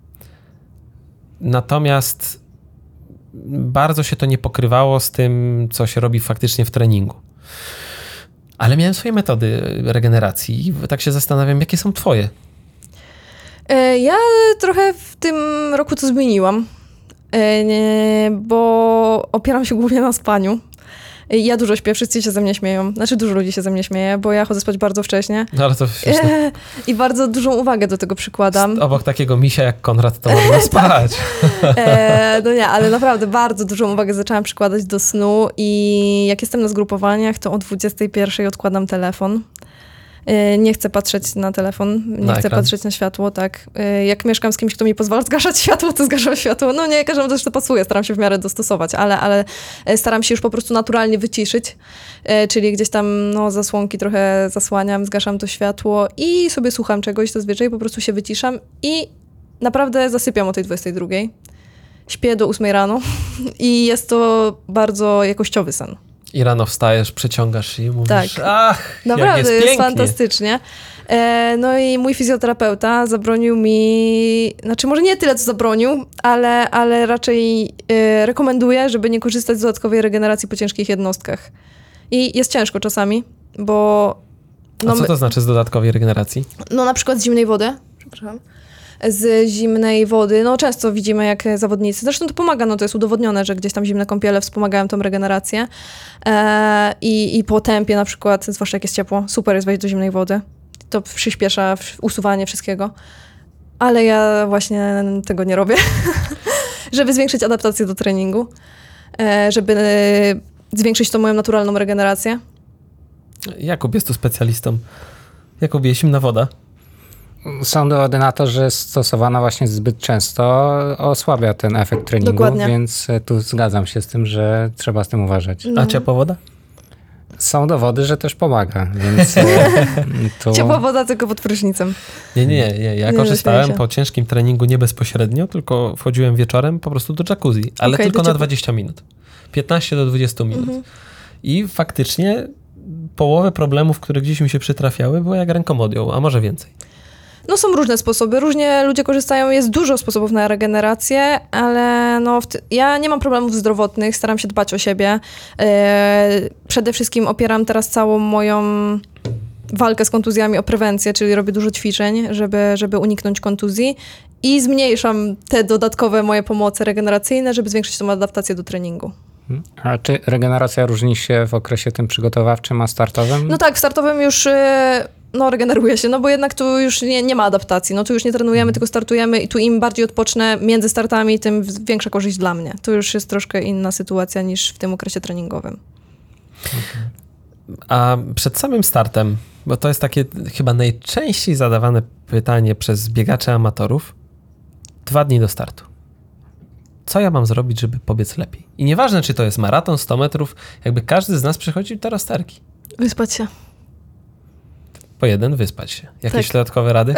natomiast bardzo się to nie pokrywało z tym, co się robi faktycznie w treningu. Ale miałem swoje metody regeneracji i tak się zastanawiam, jakie są twoje? E, Ja trochę w tym roku to zmieniłam, e, nie, bo opieram się głównie na spaniu. E, Ja dużo śpię, wszyscy się ze mnie śmieją. Znaczy dużo ludzi się ze mnie śmieje, bo ja chodzę spać bardzo wcześnie. No ale to śmieszne. E, I bardzo dużą uwagę do tego przykładam. Obok takiego misia jak Konrad to można spać. E, no nie, ale naprawdę bardzo dużą uwagę zaczęłam przykładać do snu i jak jestem na zgrupowaniach, to o dwudziestej pierwszej odkładam telefon. E, nie chcę patrzeć na telefon, nie Na chcę ekran? patrzeć na światło, tak. E, jak mieszkam z kimś, kto mi pozwala zgaszać światło, to zgaszam światło. No nie, każdemu też to pasuje, staram się w miarę dostosować, ale, ale e, staram się już po prostu naturalnie wyciszyć, e, czyli gdzieś tam no, zasłonki trochę zasłaniam, zgaszam to światło i sobie słucham czegoś, zazwyczaj po prostu się wyciszam i naprawdę zasypiam o tej dwudziestej drugiej. Śpię do ósmej rano i jest to bardzo jakościowy sen. I rano wstajesz, przeciągasz i mówisz, Tak. ach, Naprawdę, jak jest, jest, pięknie. fantastycznie. E, no i mój fizjoterapeuta zabronił mi, znaczy może nie tyle, co zabronił, ale, ale raczej e, rekomenduje, żeby nie korzystać z dodatkowej regeneracji po ciężkich jednostkach. I jest ciężko czasami, bo... A No, co my- to znaczy z dodatkowej regeneracji? No na przykład z zimnej wody, przepraszam, z zimnej wody, no często widzimy jak zawodnicy, zresztą to pomaga, no to jest udowodnione, że gdzieś tam zimne kąpiele wspomagają tą e, i, i po tempie na przykład, zwłaszcza jak jest ciepło, super jest wejść do zimnej wody. to przyspiesza usuwanie wszystkiego. Ale ja właśnie tego nie robię, żeby zwiększyć adaptację do treningu, żeby zwiększyć tą moją naturalną regenerację. Jakub jest tu specjalistą. Jakub, jest zimna woda. Są dowody na to, że stosowana właśnie zbyt często osłabia ten efekt treningu, Dokładnie. więc tu zgadzam się z tym, że trzeba z tym uważać. A ciepła woda? Są dowody, że też pomaga, więc e, tu... Ciepła woda tylko pod prysznicem. Nie, nie, nie. Ja Nie, korzystałem śmieję się. po ciężkim treningu nie bezpośrednio, tylko wchodziłem wieczorem po prostu do jacuzzi, ale Okej, tylko do na ciepła- dwadzieścia minut. piętnaście do dwudziestu minut. Mhm. I faktycznie połowę problemów, które gdzieś mi się przytrafiały, było jak ręką odjął, a może więcej. No są różne sposoby, różnie ludzie korzystają, jest dużo sposobów na regenerację, ale no w ty- ja nie mam problemów zdrowotnych, staram się dbać o siebie. E, przede wszystkim opieram teraz całą moją walkę z kontuzjami o prewencję, czyli robię dużo ćwiczeń, żeby, żeby uniknąć kontuzji i zmniejszam te dodatkowe moje pomoce regeneracyjne, żeby zwiększyć tą adaptację do treningu. A czy regeneracja różni się w okresie tym przygotowawczym, a startowym? No tak, w startowym już e, no, regeneruje się, no bo jednak tu już nie, nie ma adaptacji. No tu już nie trenujemy, tylko startujemy i tu im bardziej odpocznę między startami, tym większa korzyść dla mnie. Tu już jest troszkę inna sytuacja niż w tym okresie treningowym. A przed samym startem, bo to jest takie chyba najczęściej zadawane pytanie przez biegaczy amatorów, dwa dni do startu. Co ja mam zrobić, żeby pobiec lepiej? I nieważne, czy to jest maraton, sto metrów, jakby każdy z nas przychodzi do rozterki. Wyspać się. Po jeden, wyspać się. Jakieś Tak. dodatkowe rady?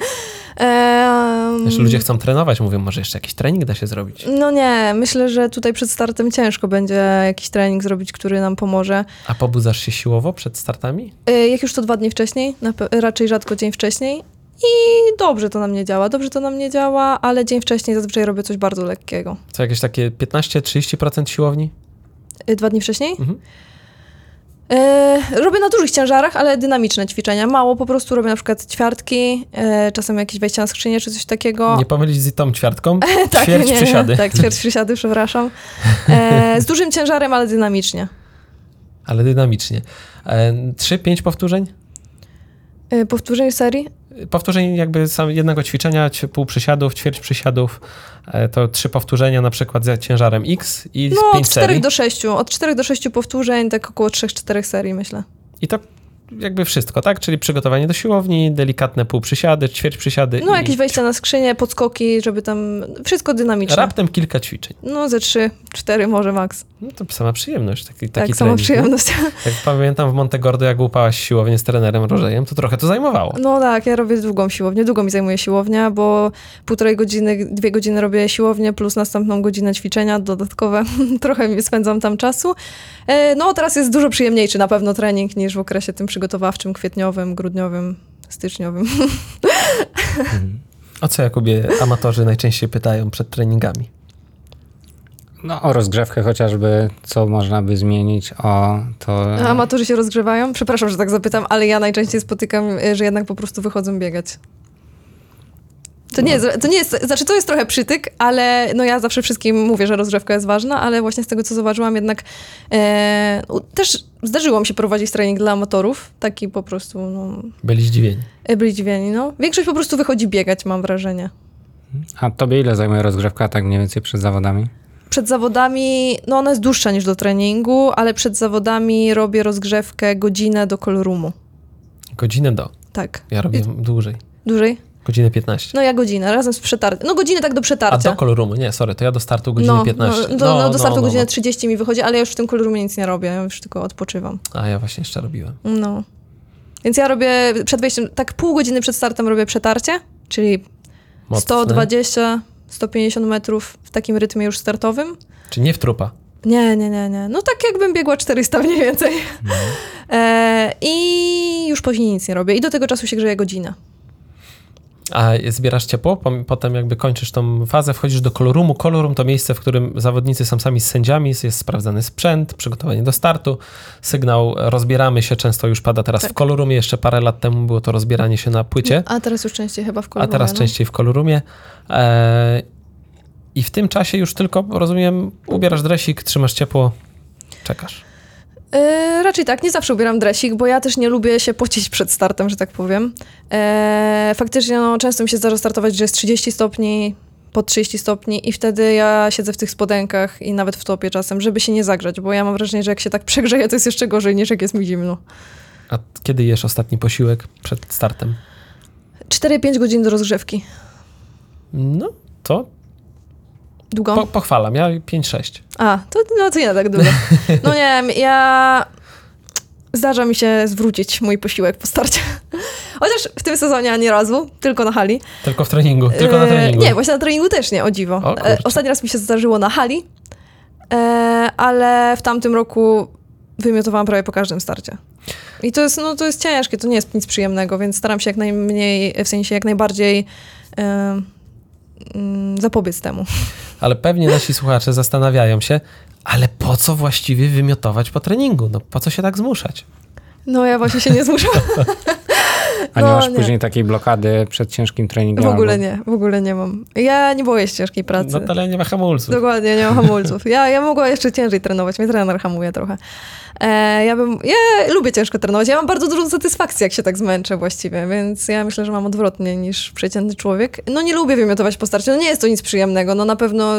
Ehm, Jeszcze ludzie chcą trenować, mówią, może jeszcze jakiś trening da się zrobić. No nie, myślę, że tutaj przed startem ciężko będzie jakiś trening zrobić, który nam pomoże. A pobudzasz się siłowo przed startami? E, Jak już to dwa dni wcześniej, na pe- raczej rzadko dzień wcześniej. I dobrze to na mnie działa, dobrze to na mnie działa, ale dzień wcześniej zazwyczaj robię coś bardzo lekkiego. Co, jakieś takie piętnaście do trzydziestu procent siłowni? E, Dwa dni wcześniej? Mhm. E, robię na dużych ciężarach, ale dynamiczne ćwiczenia. Mało po prostu robię na przykład ćwiartki, e, czasem jakieś wejścia na skrzynię czy coś takiego. Nie pomylić z tą ćwiartką? tak, Ćwierć nie, nie, przysiady. Tak, ćwierć przysiady, przepraszam. E, z dużym ciężarem, ale dynamicznie. Ale dynamicznie. E, Trzy, pięć powtórzeń? E, powtórzenie serii? Powtórzeń jakby sam jednego ćwiczenia, ć- pół przysiadów, ćwierć przysiadów, e, to trzy powtórzenia na przykład za ciężarem X i No, pięć od czterech serii. do sześciu. Od czterech do sześciu powtórzeń, tak około trzech czterech serii, myślę. I to jakby wszystko, tak? Czyli przygotowanie do siłowni, delikatne pół przysiady, ćwierć przysiady No, i jakieś wejścia na skrzynię, podskoki, żeby tam... Wszystko dynamiczne. raptem kilka ćwiczeń. No, ze trzy, cztery może maks. No to sama przyjemność, taki, taki Tak, sama trening. nie? przyjemność. Jak pamiętam w Montegordo, jak łupałaś siłownię z trenerem Rożejem, to trochę to zajmowało. No tak, ja robię długą siłownię, długo mi zajmuje siłownia, bo półtorej godziny, dwie godziny robię siłownię plus następną godzinę ćwiczenia dodatkowe. Trochę mi spędzam tam czasu. E, No teraz jest dużo przyjemniejszy na pewno trening niż w okresie tym przygotowawczym, kwietniowym, grudniowym, styczniowym. O co, Jakubie, amatorzy najczęściej pytają przed treningami? No o rozgrzewkę chociażby, co można by zmienić, o to... A amatorzy się rozgrzewają? Przepraszam, że tak zapytam, ale ja najczęściej spotykam, e, że jednak po prostu wychodzą biegać. To nie, jest, to nie jest, znaczy to jest trochę przytyk, ale no ja zawsze wszystkim mówię, że rozgrzewka jest ważna, ale właśnie z tego, co zauważyłam, jednak e, u- też zdarzyło mi się prowadzić trening dla amatorów, taki po prostu, no, Byli zdziwieni. e, byli zdziwieni, no. Większość po prostu wychodzi biegać, mam wrażenie. A tobie ile zajmuje rozgrzewka tak mniej więcej przed zawodami? Przed zawodami, no ona jest dłuższa niż do treningu, ale przed zawodami robię rozgrzewkę godzinę do call-roomu. Godzinę do. Tak. Ja robię dłużej. Dłużej? Godzinę piętnaście. No ja godzinę, razem z przetarciem. No godzinę tak do A przetarcia. do call-roomu? Nie, sorry, to ja do startu godzinę no, piętnaście. No, do, no, do startu no, godzinę no. trzydzieści mi wychodzi, ale ja już w tym call-roomie nic nie robię, ja już tylko odpoczywam. A ja właśnie jeszcze robiłem. No. Więc ja robię przed wejściem, tak pół godziny przed startem robię przetarcie, czyli Mocne. sto dwadzieścia do stu pięćdziesięciu metrów w takim rytmie już startowym. Czy nie w trupa? Nie, nie, nie, nie. No tak jakbym biegła czterysta mniej więcej. E, I już później nic nie robię. I do tego czasu się grzeje godzinę. A zbierasz ciepło? Pom- Potem jakby kończysz tą fazę, wchodzisz do call-roomu. Call-room to miejsce, w którym zawodnicy są sami z sędziami, jest sprawdzany sprzęt, przygotowanie do startu, sygnał, rozbieramy się, często już pada teraz Tak. w call-roomie, jeszcze parę lat temu było to rozbieranie się na płycie, A teraz już częściej chyba w a call-roomie, teraz no. częściej w call-roomie. E- I w tym czasie już tylko, rozumiem, ubierasz dresik, trzymasz ciepło, czekasz. E, raczej tak, nie zawsze ubieram dresik, bo ja też nie lubię się pocić przed startem, że tak powiem. E, faktycznie no, często mi się zdarza startować, że jest trzydzieści stopni, pod trzydzieści stopni i wtedy ja siedzę w tych spodenkach i nawet w topie czasem, żeby się nie zagrzać, bo ja mam wrażenie, że jak się tak przegrzeję, to jest jeszcze gorzej niż jak jest mi zimno. A kiedy jesz ostatni posiłek przed startem? cztery pięć godzin do rozgrzewki. No, to Długo? po, pochwalam. Ja pięć sześć. A, to, no, to nie tak długo. No nie wiem, ja... Zdarza mi się zwrócić mój posiłek po starcie. Chociaż w tym sezonie ani razu, tylko na hali. Tylko w treningu, tylko na E, treningu. Nie, właśnie na treningu też nie, o dziwo. O kurczę. E, Ostatni raz mi się zdarzyło na hali, e, ale w tamtym roku wymiotowałam prawie po każdym starcie. I to jest, no, to jest ciężkie, to nie jest nic przyjemnego, więc staram się jak najmniej, w sensie jak najbardziej e, mm, zapobiec temu. Ale pewnie nasi słuchacze zastanawiają się, ale po co właściwie wymiotować po treningu? No po co się tak zmuszać? No ja właśnie się nie zmuszam. A nie No, masz nie. później takiej blokady przed ciężkim treningiem? W ogóle albo- nie, w ogóle nie mam. Ja nie boję się ciężkiej pracy. No to ale nie ma hamulców. Dokładnie, nie mam hamulców. Ja, ja mogła jeszcze ciężej trenować, mnie trener hamuje trochę. E, ja bym, ja lubię ciężko trenować, ja mam bardzo dużą satysfakcję, jak się tak zmęczę właściwie, więc ja myślę, że mam odwrotnie niż przeciętny człowiek. No nie lubię wymiotować po starcie, no nie jest to nic przyjemnego, no na pewno,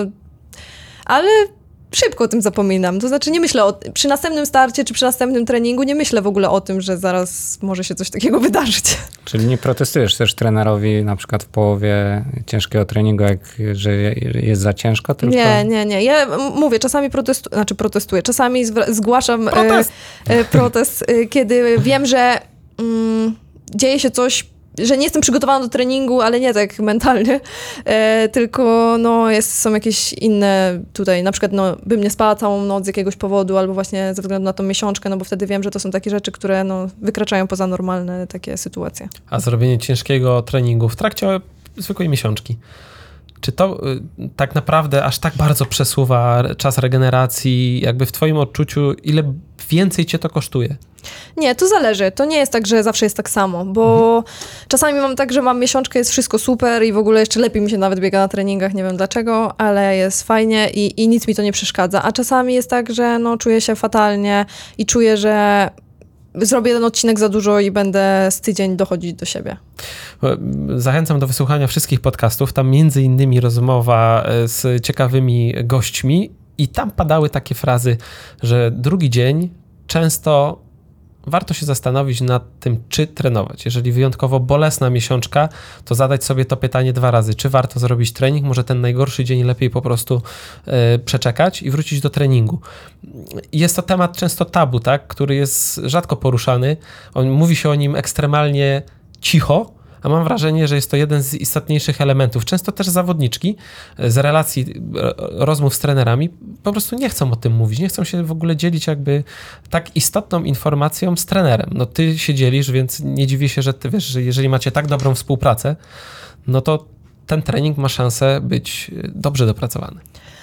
ale szybko o tym zapominam. To znaczy nie myślę o, przy następnym starcie czy przy następnym treningu nie myślę w ogóle o tym, że zaraz może się coś takiego wydarzyć. Czyli nie protestujesz też trenerowi na przykład w połowie ciężkiego treningu, jak, że jest za ciężko, tylko... Nie, nie, nie. Ja m- mówię, czasami protestuję, znaczy protestuję, czasami zwra- zgłaszam e, Protest. e, protest, e, kiedy wiem, że mm, dzieje się coś, że nie jestem przygotowana do treningu, ale nie tak mentalnie, e, tylko no, jest, są jakieś inne tutaj, na przykład no, bym nie spała całą noc z jakiegoś powodu, albo właśnie ze względu na tą miesiączkę, no bo wtedy wiem, że to są takie rzeczy, które no, wykraczają poza normalne takie sytuacje. A zrobienie ciężkiego treningu w trakcie zwykłej miesiączki, czy to y, tak naprawdę aż tak bardzo przesuwa czas regeneracji, jakby w twoim odczuciu, ile więcej cię to kosztuje? Nie, to zależy. To nie jest tak, że zawsze jest tak samo, bo mhm. czasami mam tak, że mam miesiączkę, jest wszystko super i w ogóle jeszcze lepiej mi się nawet biega na treningach, nie wiem dlaczego, ale jest fajnie i, i nic mi to nie przeszkadza. A czasami jest tak, że no, czuję się fatalnie i czuję, że zrobię jeden odcinek za dużo i będę z tydzień dochodzić do siebie. Zachęcam do wysłuchania wszystkich podcastów. Tam między innymi rozmowa z ciekawymi gośćmi i tam padały takie frazy, że drugi dzień często warto się zastanowić nad tym, czy trenować. Jeżeli wyjątkowo bolesna miesiączka, to zadać sobie to pytanie dwa razy. Czy warto zrobić trening? Może ten najgorszy dzień lepiej po prostu y, przeczekać i wrócić do treningu. Jest to temat często tabu, tak? Który jest rzadko poruszany. On, mówi się o nim ekstremalnie cicho, a mam wrażenie, że jest to jeden z istotniejszych elementów. Często też zawodniczki z relacji, rozmów z trenerami po prostu nie chcą o tym mówić, nie chcą się w ogóle dzielić jakby tak istotną informacją z trenerem. No ty się dzielisz, więc nie dziwię się, że ty wiesz, że jeżeli macie tak dobrą współpracę, no to ten trening ma szansę być dobrze dopracowany.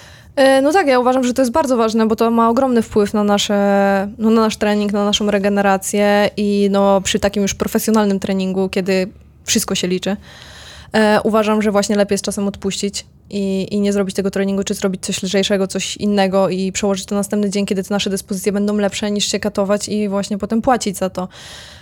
No tak, ja uważam, że to jest bardzo ważne, bo to ma ogromny wpływ na, nasze, no na nasz trening, na naszą regenerację i no przy takim już profesjonalnym treningu, kiedy wszystko się liczy, e, uważam, że właśnie lepiej jest czasem odpuścić i, i nie zrobić tego treningu, czy zrobić coś lżejszego, coś innego i przełożyć to na następny dzień, kiedy te nasze dyspozycje będą lepsze, niż się katować i właśnie potem płacić za to.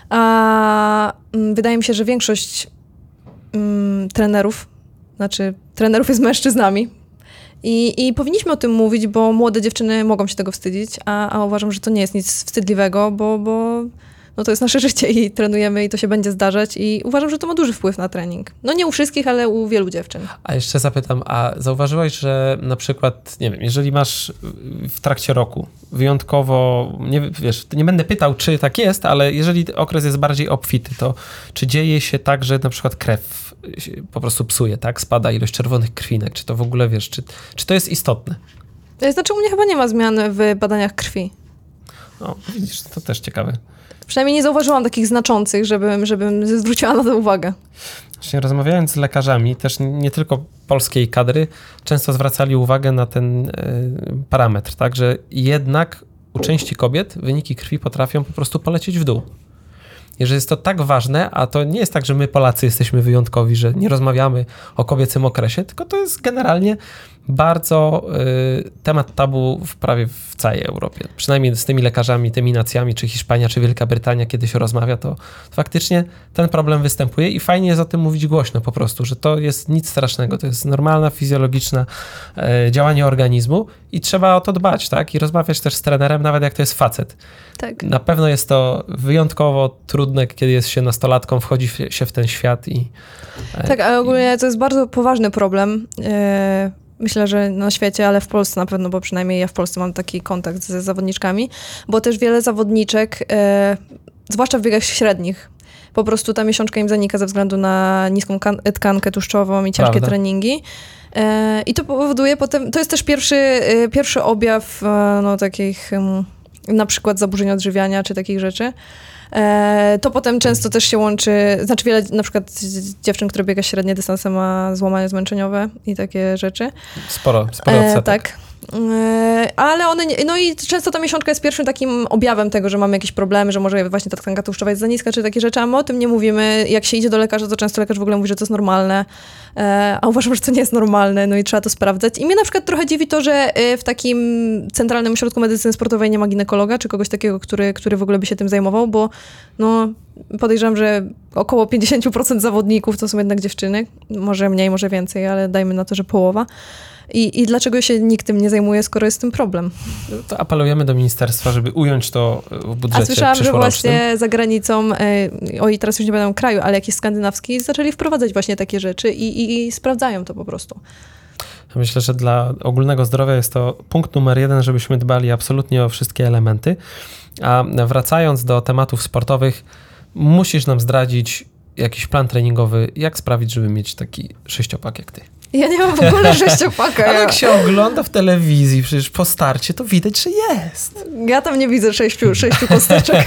A mm, wydaje mi się, że większość mm, trenerów, znaczy trenerów jest mężczyznami, I, I powinniśmy o tym mówić, bo młode dziewczyny mogą się tego wstydzić, a, a uważam, że to nie jest nic wstydliwego, bo, bo no to jest nasze życie i trenujemy i to się będzie zdarzać i uważam, że to ma duży wpływ na trening. No nie u wszystkich, ale u wielu dziewczyn. A jeszcze zapytam, a zauważyłaś, że na przykład, nie wiem, jeżeli masz w trakcie roku wyjątkowo, nie, wiesz, nie będę pytał, czy tak jest, ale jeżeli okres jest bardziej obfity, to czy dzieje się tak, że na przykład krew po prostu psuje, tak? Spada ilość czerwonych krwinek, czy to w ogóle, wiesz, czy, czy to jest istotne? Znaczy u mnie chyba nie ma zmian w badaniach krwi. O, widzisz, to też ciekawe. Przynajmniej nie zauważyłam takich znaczących, żebym, żebym zwróciła na to uwagę. Właśnie rozmawiając z lekarzami, też nie tylko polskiej kadry, często zwracali uwagę na ten y, parametr, tak, że jednak u części kobiet wyniki krwi potrafią po prostu polecieć w dół. Jeżeli jest to tak ważne, a to nie jest tak, że my Polacy jesteśmy wyjątkowi, że nie rozmawiamy o kobiecym okresie, tylko to jest generalnie bardzo y, temat tabu w prawie w całej Europie. Przynajmniej z tymi lekarzami, tymi nacjami, czy Hiszpania, czy Wielka Brytania, kiedy się rozmawia, to faktycznie ten problem występuje i fajnie jest o tym mówić głośno po prostu, że to jest nic strasznego, to jest normalna, fizjologiczne y, działanie organizmu i trzeba o to dbać, tak? I rozmawiać też z trenerem, nawet jak to jest facet. Tak. Na pewno jest to wyjątkowo trudne, kiedy jest się nastolatką, wchodzi się w ten świat i... Tak, ale ogólnie to jest bardzo poważny problem. Yy, myślę, że na świecie, ale w Polsce na pewno, bo przynajmniej ja w Polsce mam taki kontakt ze zawodniczkami, bo też wiele zawodniczek, yy, zwłaszcza w biegach średnich, po prostu ta miesiączka im zanika ze względu na niską kan- tkankę tłuszczową i ciężkie Prawda. treningi. Yy, I to powoduje potem, to jest też pierwszy, yy, pierwszy objaw yy, no, takich yy, na przykład zaburzeń odżywiania czy takich rzeczy. To potem często też się łączy, znaczy wiele na przykład dziewczyn, które biega średnie dystanse, ma złamanie zmęczeniowe i takie rzeczy. Sporo, sporo odsetek. E, tak. E, ale one, nie, no i często ta miesiączka jest pierwszym takim objawem tego, że mamy jakieś problemy, że może właśnie ta tkanka tłuszczowa jest za niska, czy takie rzeczy, a my o tym nie mówimy. Jak się idzie do lekarza, to często lekarz w ogóle mówi, że to jest normalne, e, a uważam, że to nie jest normalne, no i trzeba to sprawdzać. I mnie na przykład trochę dziwi to, że w takim Centralnym Ośrodku Medycyny Sportowej nie ma ginekologa, czy kogoś takiego, który, który w ogóle by się tym zajmował, bo no, podejrzewam, że około pięćdziesiąt procent zawodników to są jednak dziewczyny, może mniej, może więcej, ale dajmy na to, że połowa. I, I dlaczego się nikt tym nie zajmuje, skoro jest tym problem? To apelujemy do ministerstwa, żeby ująć to w budżecie A słyszałam, że przyszłorocznym. właśnie za granicą, y, oj, teraz już nie będę kraju, ale jakiś skandynawski, zaczęli wprowadzać właśnie takie rzeczy i, i, i sprawdzają to po prostu. Myślę, że dla ogólnego zdrowia jest to punkt numer jeden, żebyśmy dbali absolutnie o wszystkie elementy. A wracając do tematów sportowych, musisz nam zdradzić jakiś plan treningowy, jak sprawić, żeby mieć taki sześciopak jak ty. Ja nie mam w ogóle sześciopaka. Ale Ja, jak się ogląda w telewizji, przecież po starcie, to widać, że jest. ja tam nie widzę sześciu, sześciu kosteczek.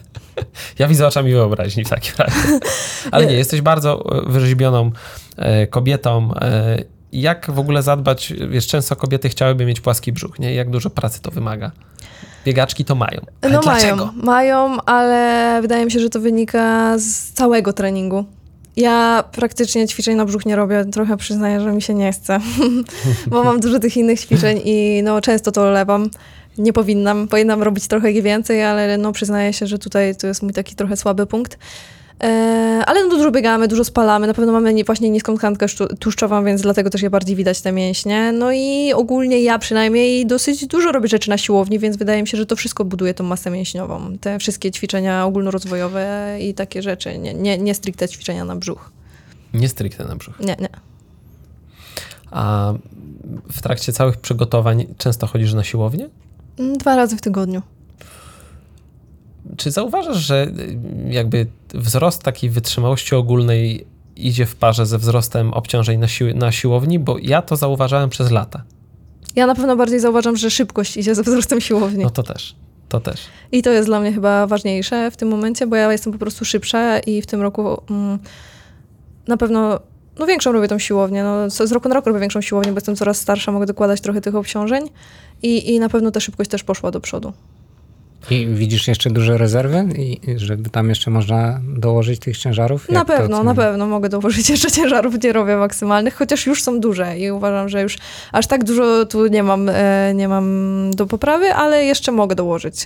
Ja widzę oczami wyobraźni w takim razie. Ale nie, jesteś bardzo wyrzeźbioną e, kobietą. E, jak w ogóle zadbać, wiesz, często kobiety chciałyby mieć płaski brzuch, nie? Jak dużo pracy to wymaga? Biegaczki to mają. Ale No dlaczego? mają, mają, ale wydaje mi się, że to wynika z całego treningu. Ja praktycznie ćwiczeń na brzuch nie robię, trochę przyznaję, że mi się nie chce, bo mam dużo tych innych ćwiczeń i no często to olewam. Nie powinnam, powinnam robić trochę więcej, ale no przyznaję się, że tutaj to jest mój taki trochę słaby punkt. E, ale no dużo biegamy, dużo spalamy, na pewno mamy nie, właśnie niską tkankę sztu- tłuszczową, więc dlatego też je bardziej widać te mięśnie. No i ogólnie ja przynajmniej dosyć dużo robię rzeczy na siłowni, więc wydaje mi się, że to wszystko buduje tą masę mięśniową. Te wszystkie ćwiczenia ogólnorozwojowe i takie rzeczy, nie, nie, nie stricte ćwiczenia na brzuch. Nie stricte na brzuch. Nie, nie. A w trakcie całych przygotowań często chodzisz na siłownię? Dwa razy w tygodniu. Czy zauważasz, że jakby wzrost takiej wytrzymałości ogólnej idzie w parze ze wzrostem obciążeń na, sił- na siłowni? Bo ja to zauważałem przez lata. Ja na pewno bardziej zauważam, że szybkość idzie ze wzrostem siłowni. No to też, to też. I to jest dla mnie chyba ważniejsze w tym momencie, bo ja jestem po prostu szybsza i w tym roku mm, na pewno no większą robię tą siłownię. No, z roku na rok robię większą siłownię, bo jestem coraz starsza, mogę dokładać trochę tych obciążeń i, i na pewno ta szybkość też poszła do przodu. I widzisz jeszcze duże rezerwy, i żeby tam jeszcze można dołożyć tych ciężarów? Na Jak to pewno, na oceniasz? pewno mogę dołożyć jeszcze ciężarów, nie robię maksymalnych, chociaż już są duże i uważam, że już aż tak dużo tu nie mam, e, nie mam do poprawy, ale jeszcze mogę dołożyć.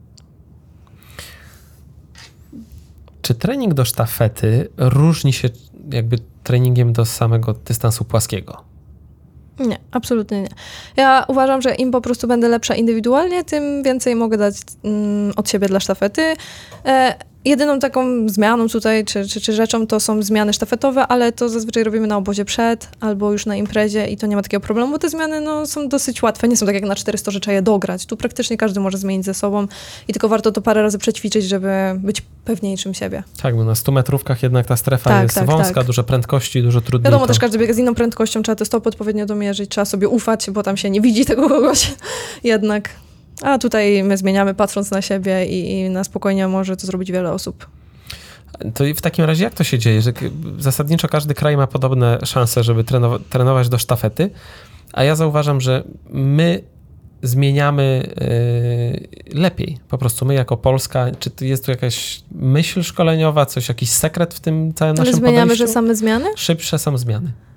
Czy trening do sztafety różni się jakby treningiem do samego dystansu płaskiego? Nie, absolutnie nie. Ja uważam, że im po prostu będę lepsza indywidualnie, tym więcej mogę dać mm, od siebie dla sztafety. E, jedyną taką zmianą tutaj, czy, czy, czy rzeczą, to są zmiany sztafetowe, ale to zazwyczaj robimy na obozie przed, albo już na imprezie i to nie ma takiego problemu, bo te zmiany no, są dosyć łatwe, nie są tak jak na czterysta, że trzeba je dograć. Tu praktycznie każdy może zmienić ze sobą i tylko warto to parę razy przećwiczyć, żeby być pewniejszym siebie. Tak, bo na stu metrówkach jednak ta strefa Tak, jest tak, wąska, tak. duże prędkości, dużo trudniej. Wiadomo, to... też każdy biega z inną prędkością, trzeba te stopy odpowiednio domierzyć, trzeba sobie ufać, bo tam się nie widzi tego kogoś jednak. A tutaj my zmieniamy patrząc na siebie i, i na spokojnie może to zrobić wiele osób. To w takim razie jak to się dzieje, że zasadniczo każdy kraj ma podobne szanse, żeby trenowa- trenować do sztafety, a ja zauważam, że my zmieniamy yy, lepiej. Po prostu my jako Polska, czy to jest tu jakaś myśl szkoleniowa, coś, jakiś sekret w tym całym Ale naszym zmieniamy, podejściu? że same zmiany? Szybsze są zmiany.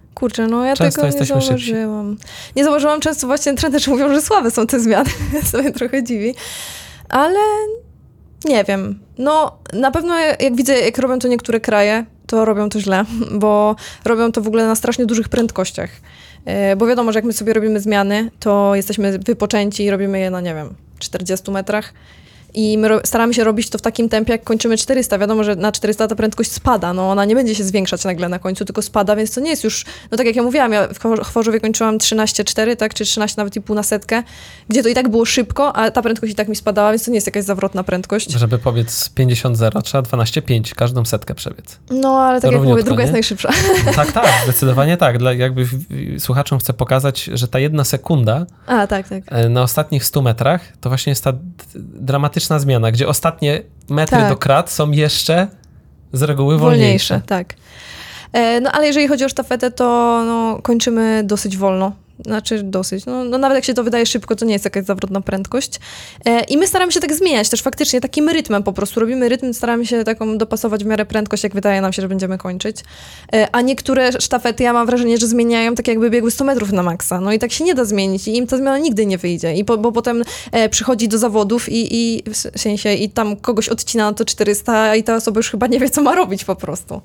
Kurczę, no ja Często tego nie jesteśmy szybsi. zauważyłam. Nie zauważyłam, często właśnie trenerzy mówią, że słabe są te zmiany, co mnie trochę dziwi. Ale nie wiem. No na pewno jak widzę, jak robią to niektóre kraje, to robią to źle, bo robią to w ogóle na strasznie dużych prędkościach. Yy, Bo wiadomo, że jak my sobie robimy zmiany, to jesteśmy wypoczęci i robimy je na, nie wiem, czterdziestu metrach. I my ro- staramy się robić to w takim tempie, jak kończymy czterysta. Wiadomo, że na czterysta ta prędkość spada. No ona nie będzie się zwiększać nagle na końcu, tylko spada, więc to nie jest już... No tak jak ja mówiłam, ja w Chor- Chorzowie kończyłam trzynaście cztery, tak? Czy trzynaście nawet i pół na setkę, gdzie to i tak było szybko, a ta prędkość i tak mi spadała, więc to nie jest jakaś zawrotna prędkość. Żeby pobiec pięćdziesiąt zero, trzeba dwanaście pięć, każdą setkę przebiec. No ale tak jak równiutko, mówię, druga nie? jest najszybsza. Tak, tak, zdecydowanie tak. Dla, jakby w- słuchaczom chcę pokazać, że ta jedna sekunda A, tak, tak. e, na ostatnich stu metrach to właśnie jest ta d- dramatyczna zmiana, gdzie ostatnie metry Tak. do krat są jeszcze z reguły wolniejsze. tak. E, No ale jeżeli chodzi o sztafetę, to no, kończymy dosyć wolno. Znaczy dosyć. No, no nawet jak się to wydaje szybko, to nie jest jakaś zawrotna prędkość. E, I my staramy się tak zmieniać też faktycznie takim rytmem po prostu. Robimy rytm, staramy się taką dopasować w miarę prędkość, jak wydaje nam się, że będziemy kończyć. E, a niektóre sztafety, ja mam wrażenie, że zmieniają tak jakby biegły sto metrów na maksa. No i tak się nie da zmienić i im ta zmiana nigdy nie wyjdzie. I po, bo potem e, przychodzi do zawodów i, i w sensie i tam kogoś odcina na to czterysta i ta osoba już chyba nie wie, co ma robić po prostu.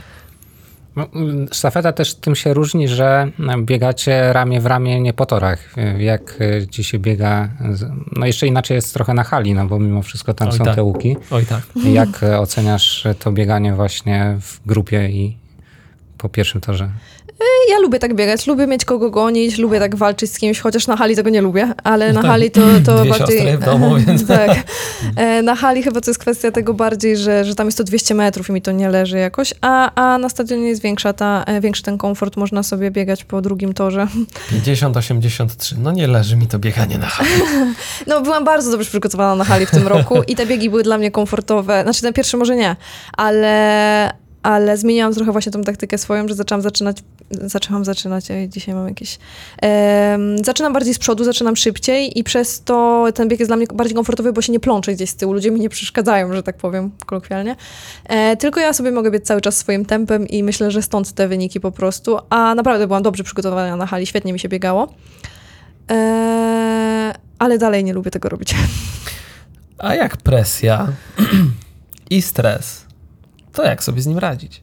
No, sztafeta też tym się różni, że biegacie ramię w ramię, nie po torach. Jak ci się biega, z- no jeszcze inaczej jest trochę na hali, no bo mimo wszystko tam Oj, są tak. te łuki. Oj tak. Jak oceniasz to bieganie właśnie w grupie i po pierwszym torze? Ja lubię tak biegać, lubię mieć kogo gonić, lubię tak walczyć z kimś, chociaż na hali tego nie lubię, ale na Tak. hali to, to Dwie bardziej... siostry w domu, więc- Tak. E, Na hali chyba to jest kwestia tego bardziej, że, że tam jest to dwieście metrów i mi to nie leży jakoś, a, a na stadionie jest większa ta, e, większy ten komfort, można sobie biegać po drugim torze. pięćdziesiąt osiemdziesiąt trzy. No nie leży mi to bieganie na hali. No byłam bardzo dobrze przygotowana na hali w tym roku i te biegi były dla mnie komfortowe, znaczy ten pierwszy może nie, ale... Ale zmieniłam trochę właśnie tą taktykę swoją, że zaczęłam zaczynać, zaczęłam zaczynać, ej, dzisiaj mam jakieś... Em, zaczynam bardziej z przodu, zaczynam szybciej i przez to ten bieg jest dla mnie bardziej komfortowy, bo się nie plączę gdzieś z tyłu, ludzie mi nie przeszkadzają, że tak powiem kolokwialnie. E, tylko ja sobie mogę biec cały czas swoim tempem i myślę, że stąd te wyniki po prostu, a naprawdę byłam dobrze przygotowana na hali, świetnie mi się biegało. E, ale dalej nie lubię tego robić. A jak presja i stres, to jak sobie z nim radzić?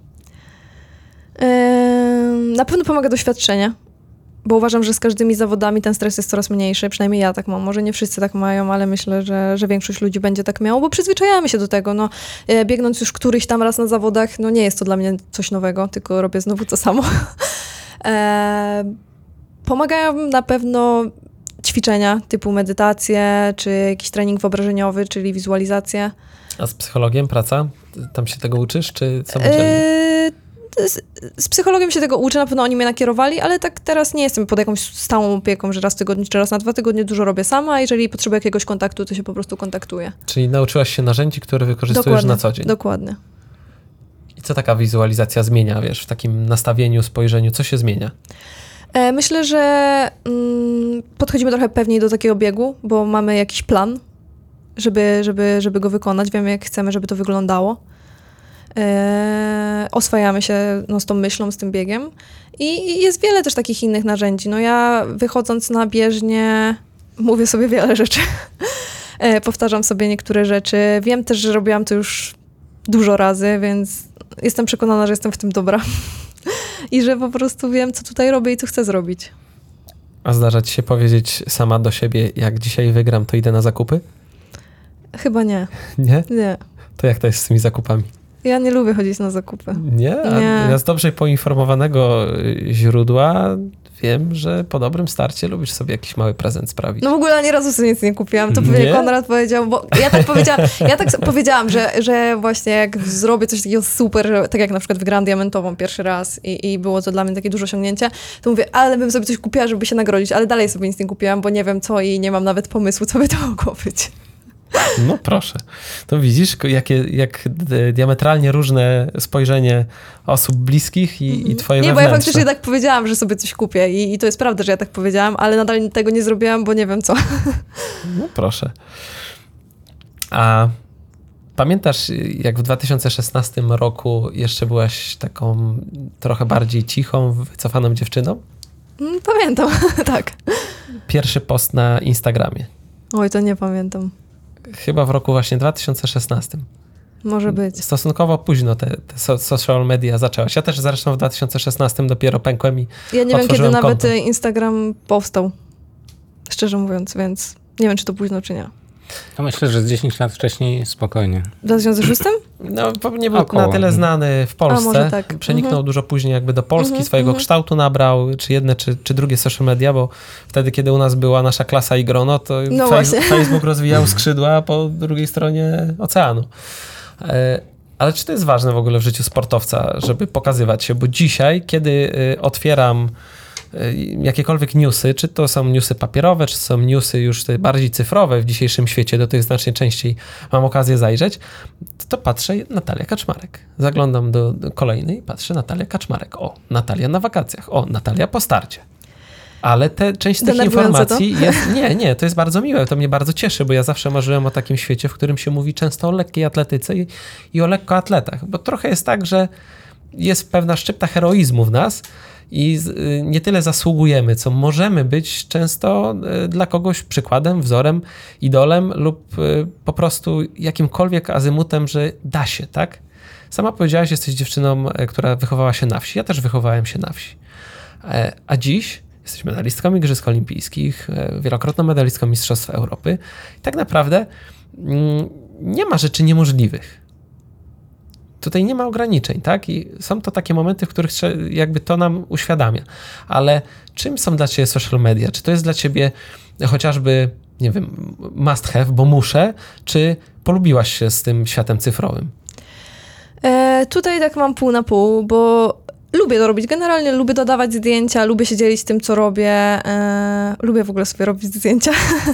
Em, Na pewno pomaga doświadczenie, bo uważam, że z każdymi zawodami ten stres jest coraz mniejszy, przynajmniej ja tak mam, może nie wszyscy tak mają, ale myślę, że, że większość ludzi będzie tak miało, bo przyzwyczajamy się do tego, no e, biegnąc już któryś tam raz na zawodach, no nie jest to dla mnie coś nowego, tylko robię znowu to samo. e, pomagają na pewno ćwiczenia typu medytacje, czy jakiś trening wyobrażeniowy, czyli wizualizacje. A z psychologiem praca? Tam się tego uczysz, czy samodzielnie? Eee, z, z psychologiem się tego uczę, na pewno oni mnie nakierowali, ale tak teraz nie jestem pod jakąś stałą opieką, że raz w tygodniu czy raz na dwa tygodnie dużo robię sama, a jeżeli potrzebuję jakiegoś kontaktu, to się po prostu kontaktuję. Czyli nauczyłaś się narzędzi, które wykorzystujesz Dokładnie, na co dzień. dokładnie. I co taka wizualizacja zmienia, wiesz, w takim nastawieniu, spojrzeniu, co się zmienia? E, myślę, że mm, podchodzimy trochę pewniej do takiego biegu, bo mamy jakiś plan, żeby, żeby, żeby go wykonać, wiemy jak chcemy, żeby to wyglądało. E, oswajamy się no, z tą myślą, z tym biegiem i, i jest wiele też takich innych narzędzi. No ja wychodząc na bieżnię mówię sobie wiele rzeczy. e, powtarzam sobie niektóre rzeczy. Wiem też, że robiłam to już dużo razy, więc jestem przekonana, że jestem w tym dobra. I że po prostu wiem, co tutaj robię i co chcę zrobić. A zdarza ci się powiedzieć sama do siebie, jak dzisiaj wygram, to idę na zakupy? Chyba nie. Nie? Nie. To jak to jest z tymi zakupami? Ja nie lubię chodzić na zakupy. Nie? A Nie. ja z dobrze poinformowanego y, źródła wiem, że po dobrym starcie lubisz sobie jakiś mały prezent sprawić. No w ogóle ani razu sobie nic nie kupiłam. To Nie? pewnie Konrad powiedział, bo ja tak powiedziałam, ja tak powiedziałam, że, że właśnie jak zrobię coś takiego super, że tak jak na przykład wygrałam diamentową pierwszy raz i, i było to dla mnie takie duże osiągnięcie, to mówię, ale bym sobie coś kupiła, żeby się nagrodzić, ale dalej sobie nic nie kupiłam, bo nie wiem co i nie mam nawet pomysłu, co by to mogło być. No proszę. To widzisz, jakie, jak d- diametralnie różne spojrzenie osób bliskich i, i twoje Nie, bo wewnętrzne. ja faktycznie tak powiedziałam, że sobie coś kupię i, i to jest prawda, że ja tak powiedziałam, ale nadal tego nie zrobiłam, bo nie wiem co. No proszę. A Pamiętasz, jak w dwa tysiące szesnastym roku jeszcze byłaś taką trochę bardziej cichą, wycofaną dziewczyną? Mm, Pamiętam, tak. Pierwszy post na Instagramie. Oj, to nie pamiętam. Chyba w roku właśnie dwa tysiące szesnastym. Może być. Stosunkowo późno te, te so, social media zaczęłaś. Ja też zresztą w dwa tysiące szesnastym dopiero pękłem i Ja nie wiem, kiedy otworzyłem nawet konto. Instagram powstał. Szczerze mówiąc, więc nie wiem, czy to późno, czy nie. To myślę, że z dziesięć lat wcześniej spokojnie. W dwa tysiące szóstym? No, bo nie był Około. na tyle znany w Polsce. A, może tak. Przeniknął Mhm. dużo później jakby do Polski, Mhm, swojego mhm. kształtu nabrał, czy jedne, czy, czy drugie social media, bo wtedy, kiedy u nas była nasza klasa i grono, to No fej- właśnie. Facebook rozwijał skrzydła po drugiej stronie oceanu. E, Ale czy to jest ważne w ogóle w życiu sportowca, żeby pokazywać się? Bo dzisiaj, kiedy y, otwieram y, jakiekolwiek newsy, czy to są newsy papierowe, czy są newsy już te bardziej cyfrowe w dzisiejszym świecie, do tych znacznie częściej mam okazję zajrzeć, to patrzę Natalia Kaczmarek. Zaglądam do, do kolejnej, patrzę Natalia Kaczmarek. O, Natalia na wakacjach. O, Natalia po starcie. Ale te, część z tych Denerwujące informacji jest... Nie, nie, to jest bardzo miłe, to mnie bardzo cieszy, bo ja zawsze marzyłem o takim świecie, w którym się mówi często o lekkiej atletyce i, i o lekkoatletach, bo trochę jest tak, że jest pewna szczypta heroizmu w nas i z, y, nie tyle zasługujemy, co możemy być często y, dla kogoś przykładem, wzorem, idolem lub y, po prostu jakimkolwiek azymutem, że da się, tak? Sama powiedziałaś, jesteś dziewczyną, y, która wychowała się na wsi. Ja też wychowałem się na wsi. E, a dziś jesteś medalistką Igrzysk Olimpijskich, e, wielokrotną medalistką Mistrzostw Europy. I tak naprawdę mm, nie ma rzeczy niemożliwych. Tutaj nie ma ograniczeń, tak? I są to takie momenty, w których trze- jakby to nam uświadamia. Ale czym są dla ciebie social media? Czy to jest dla ciebie chociażby, nie wiem, must have, bo muszę, czy polubiłaś się z tym światem cyfrowym? E, tutaj tak mam pół na pół, bo lubię to robić. Generalnie lubię dodawać zdjęcia, lubię się dzielić tym, co robię. E, lubię w ogóle sobie robić zdjęcia.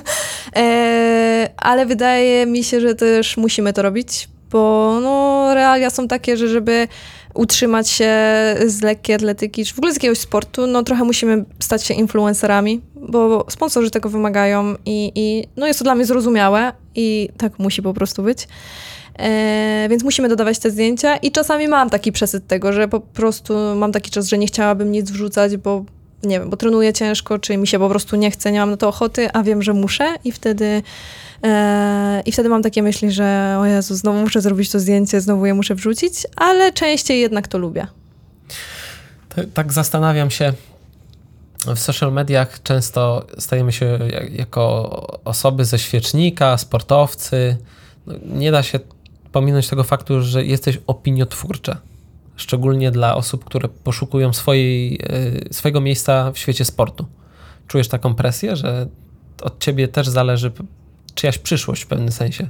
e, ale wydaje mi się, że też musimy to robić, bo no, realia są takie, że żeby utrzymać się z lekkiej atletyki, czy w ogóle z jakiegoś sportu, no trochę musimy stać się influencerami, bo sponsorzy tego wymagają i, i no jest to dla mnie zrozumiałe i tak musi po prostu być. E, więc musimy dodawać te zdjęcia i czasami mam taki przesyt tego, że po prostu mam taki czas, że nie chciałabym nic wrzucać, bo nie wiem, bo trenuję ciężko, czy mi się po prostu nie chce, nie mam na to ochoty, a wiem, że muszę i wtedy e, i wtedy mam takie myśli, że o Jezu, znowu muszę zrobić to zdjęcie, znowu je muszę wrzucić, ale częściej jednak to lubię. To, tak zastanawiam się, w social mediach często stajemy się jak, jako osoby ze świecznika, sportowcy. No, nie da się pominąć tego faktu, że jesteś opiniotwórcza. Szczególnie dla osób, które poszukują swojej, y, swojego miejsca w świecie sportu. Czujesz taką presję, że od ciebie też zależy p- czyjaś przyszłość w pewnym sensie?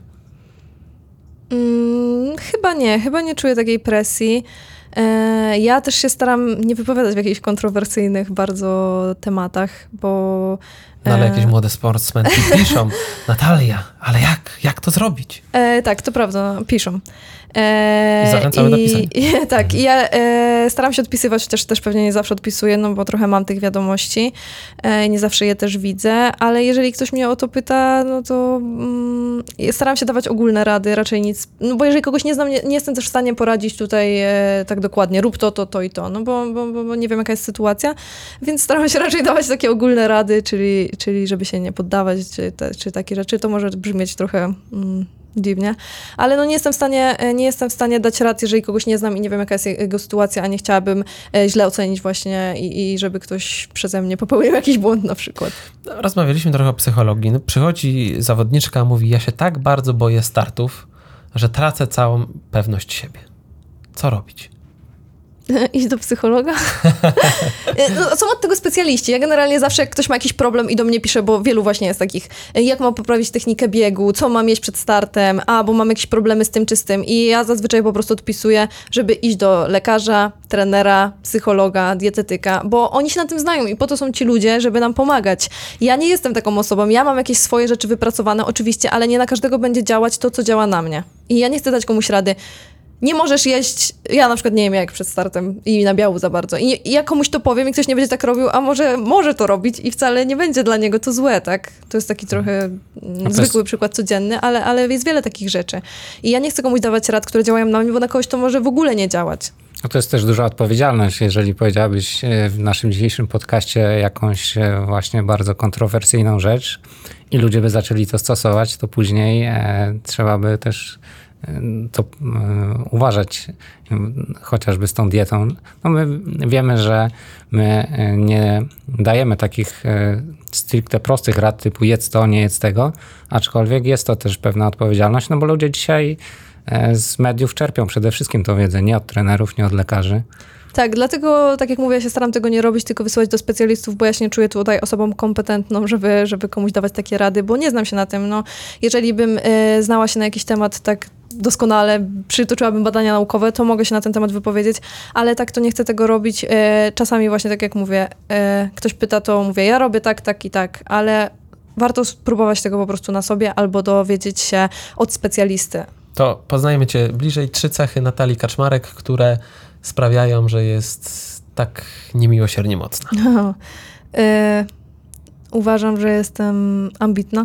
Mm, chyba nie, chyba nie czuję takiej presji. E, ja też się staram nie wypowiadać w jakichś kontrowersyjnych bardzo tematach, bo... No ale e, jakieś młode sportsmenki piszą, Natalia, ale jak? Jak to zrobić? E, tak, to prawda, piszą. E, I zachęcamy do pisania. I, tak, i ja e, staram się odpisywać, chociaż też pewnie nie zawsze odpisuję, no bo trochę mam tych wiadomości, e, nie zawsze je też widzę, ale jeżeli ktoś mnie o to pyta, no to mm, staram się dawać ogólne rady, raczej nic, no bo jeżeli kogoś nie znam, nie, nie jestem też w stanie poradzić tutaj e, tak dokładnie, rób to, to, to i to, no bo, bo, bo, bo nie wiem, jaka jest sytuacja, więc staram się raczej dawać takie ogólne rady, czyli, czyli żeby się nie poddawać, czy, te, czy takie rzeczy, to może brzmieć trochę... Mm, dziwnie, ale no nie jestem w stanie, nie jestem w stanie dać rad, jeżeli kogoś nie znam i nie wiem, jaka jest jego sytuacja, a nie chciałabym e, źle ocenić właśnie i, i żeby ktoś przeze mnie popełnił jakiś błąd na przykład. No, rozmawialiśmy trochę o psychologii. No, przychodzi zawodniczka, mówi, ja się tak bardzo boję startów, że tracę całą pewność siebie. Co robić? Iść do psychologa? No, są od tego specjaliści. Ja generalnie zawsze, jak ktoś ma jakiś problem i do mnie pisze, bo wielu właśnie jest takich, jak mam poprawić technikę biegu, co mam jeść przed startem, a, bo mam jakieś problemy z tym czy z tym. I ja zazwyczaj po prostu odpisuję, żeby iść do lekarza, trenera, psychologa, dietetyka, bo oni się na tym znają i po to są ci ludzie, żeby nam pomagać. Ja nie jestem taką osobą, ja mam jakieś swoje rzeczy wypracowane, oczywiście, ale nie na każdego będzie działać to, co działa na mnie. I ja nie chcę dać komuś rady, nie możesz jeść, ja na przykład nie jem jak przed startem i na biału za bardzo. I, I ja komuś to powiem i ktoś nie będzie tak robił, a może może to robić i wcale nie będzie dla niego to złe, tak? To jest taki trochę mm, zwykły jest... przykład codzienny, ale, ale jest wiele takich rzeczy. I ja nie chcę komuś dawać rad, które działają na mnie, bo na kogoś to może w ogóle nie działać. No to jest też duża odpowiedzialność, jeżeli powiedziałabyś w naszym dzisiejszym podcaście jakąś właśnie bardzo kontrowersyjną rzecz i ludzie by zaczęli to stosować, to później e, trzeba by też to e, uważać, chociażby z tą dietą. No my wiemy, że my nie dajemy takich e, stricte prostych rad typu jedz to, nie jedz tego, aczkolwiek jest to też pewna odpowiedzialność, no bo ludzie dzisiaj z mediów czerpią przede wszystkim tą wiedzę, nie od trenerów, nie od lekarzy. Tak, dlatego, tak jak mówię, ja się staram tego nie robić, tylko wysyłać do specjalistów, bo ja się nie czuję tutaj osobą kompetentną, żeby, żeby komuś dawać takie rady, bo nie znam się na tym. No, jeżeli bym e, znała się na jakiś temat tak doskonale, przytoczyłabym badania naukowe, to mogę się na ten temat wypowiedzieć, ale tak to nie chcę tego robić. E, czasami właśnie, tak jak mówię, e, ktoś pyta, to mówię, ja robię tak, tak i tak, ale warto spróbować tego po prostu na sobie albo dowiedzieć się od specjalisty. To poznajmy cię bliżej. Trzy cechy Natalii Kaczmarek, które sprawiają, że jest tak niemiłosiernie mocna. No, y, uważam, że jestem ambitna.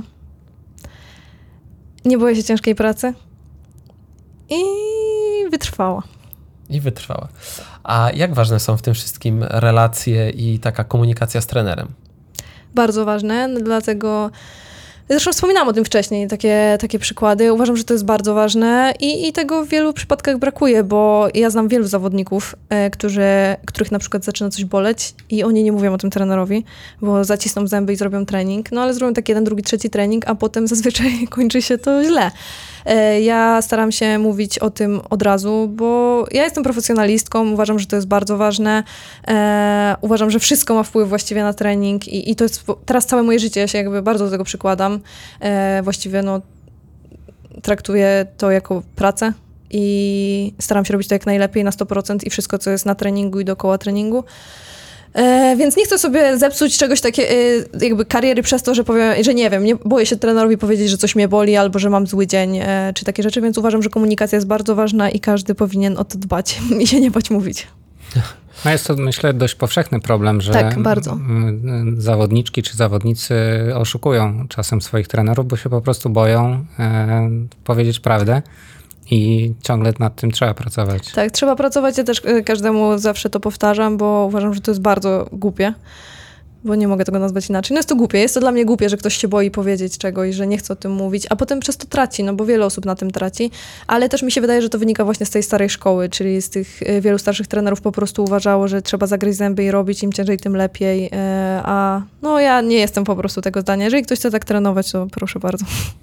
Nie boję się ciężkiej pracy. I wytrwała. I wytrwała. A jak ważne są w tym wszystkim relacje i taka komunikacja z trenerem? Bardzo ważne, dlatego... Zresztą wspominałam o tym wcześniej, takie, takie przykłady. Uważam, że to jest bardzo ważne i, i tego w wielu przypadkach brakuje, bo ja znam wielu zawodników, e, którzy, których na przykład zaczyna coś boleć i oni nie mówią o tym trenerowi, bo zacisną zęby i zrobią trening, no ale zrobią tak jeden, drugi, trzeci trening, a potem zazwyczaj kończy się to źle. E, ja staram się mówić o tym od razu, bo ja jestem profesjonalistką, uważam, że to jest bardzo ważne. E, uważam, że wszystko ma wpływ właściwie na trening i, i to jest teraz całe moje życie, ja się jakby bardzo do tego przykładam. E, właściwie no, traktuję to jako pracę i staram się robić to jak najlepiej na sto procent i wszystko, co jest na treningu i dookoła treningu. E, więc nie chcę sobie zepsuć czegoś takiego, e, jakby kariery przez to, że powiem, że nie wiem, nie boję się trenerowi powiedzieć, że coś mnie boli albo że mam zły dzień, e, czy takie rzeczy, więc uważam, że komunikacja jest bardzo ważna i każdy powinien o to dbać i się nie bać mówić. No jest to, myślę, dość powszechny problem, że Tak, bardzo. zawodniczki czy zawodnicy oszukują czasem swoich trenerów, bo się po prostu boją e, powiedzieć prawdę i ciągle nad tym trzeba pracować. Tak, trzeba pracować. Ja też e, każdemu zawsze to powtarzam, bo uważam, że to jest bardzo głupie, bo nie mogę tego nazwać inaczej. No jest to głupie. Jest to dla mnie głupie, że ktoś się boi powiedzieć czegoś, że nie chce o tym mówić, a potem przez to traci, no bo wiele osób na tym traci. Ale też mi się wydaje, że to wynika właśnie z tej starej szkoły, czyli z tych e, wielu starszych trenerów po prostu uważało, że trzeba zagryźć zęby i robić, im ciężej, tym lepiej. E, a no ja nie jestem po prostu tego zdania. Jeżeli ktoś chce tak trenować, to proszę bardzo.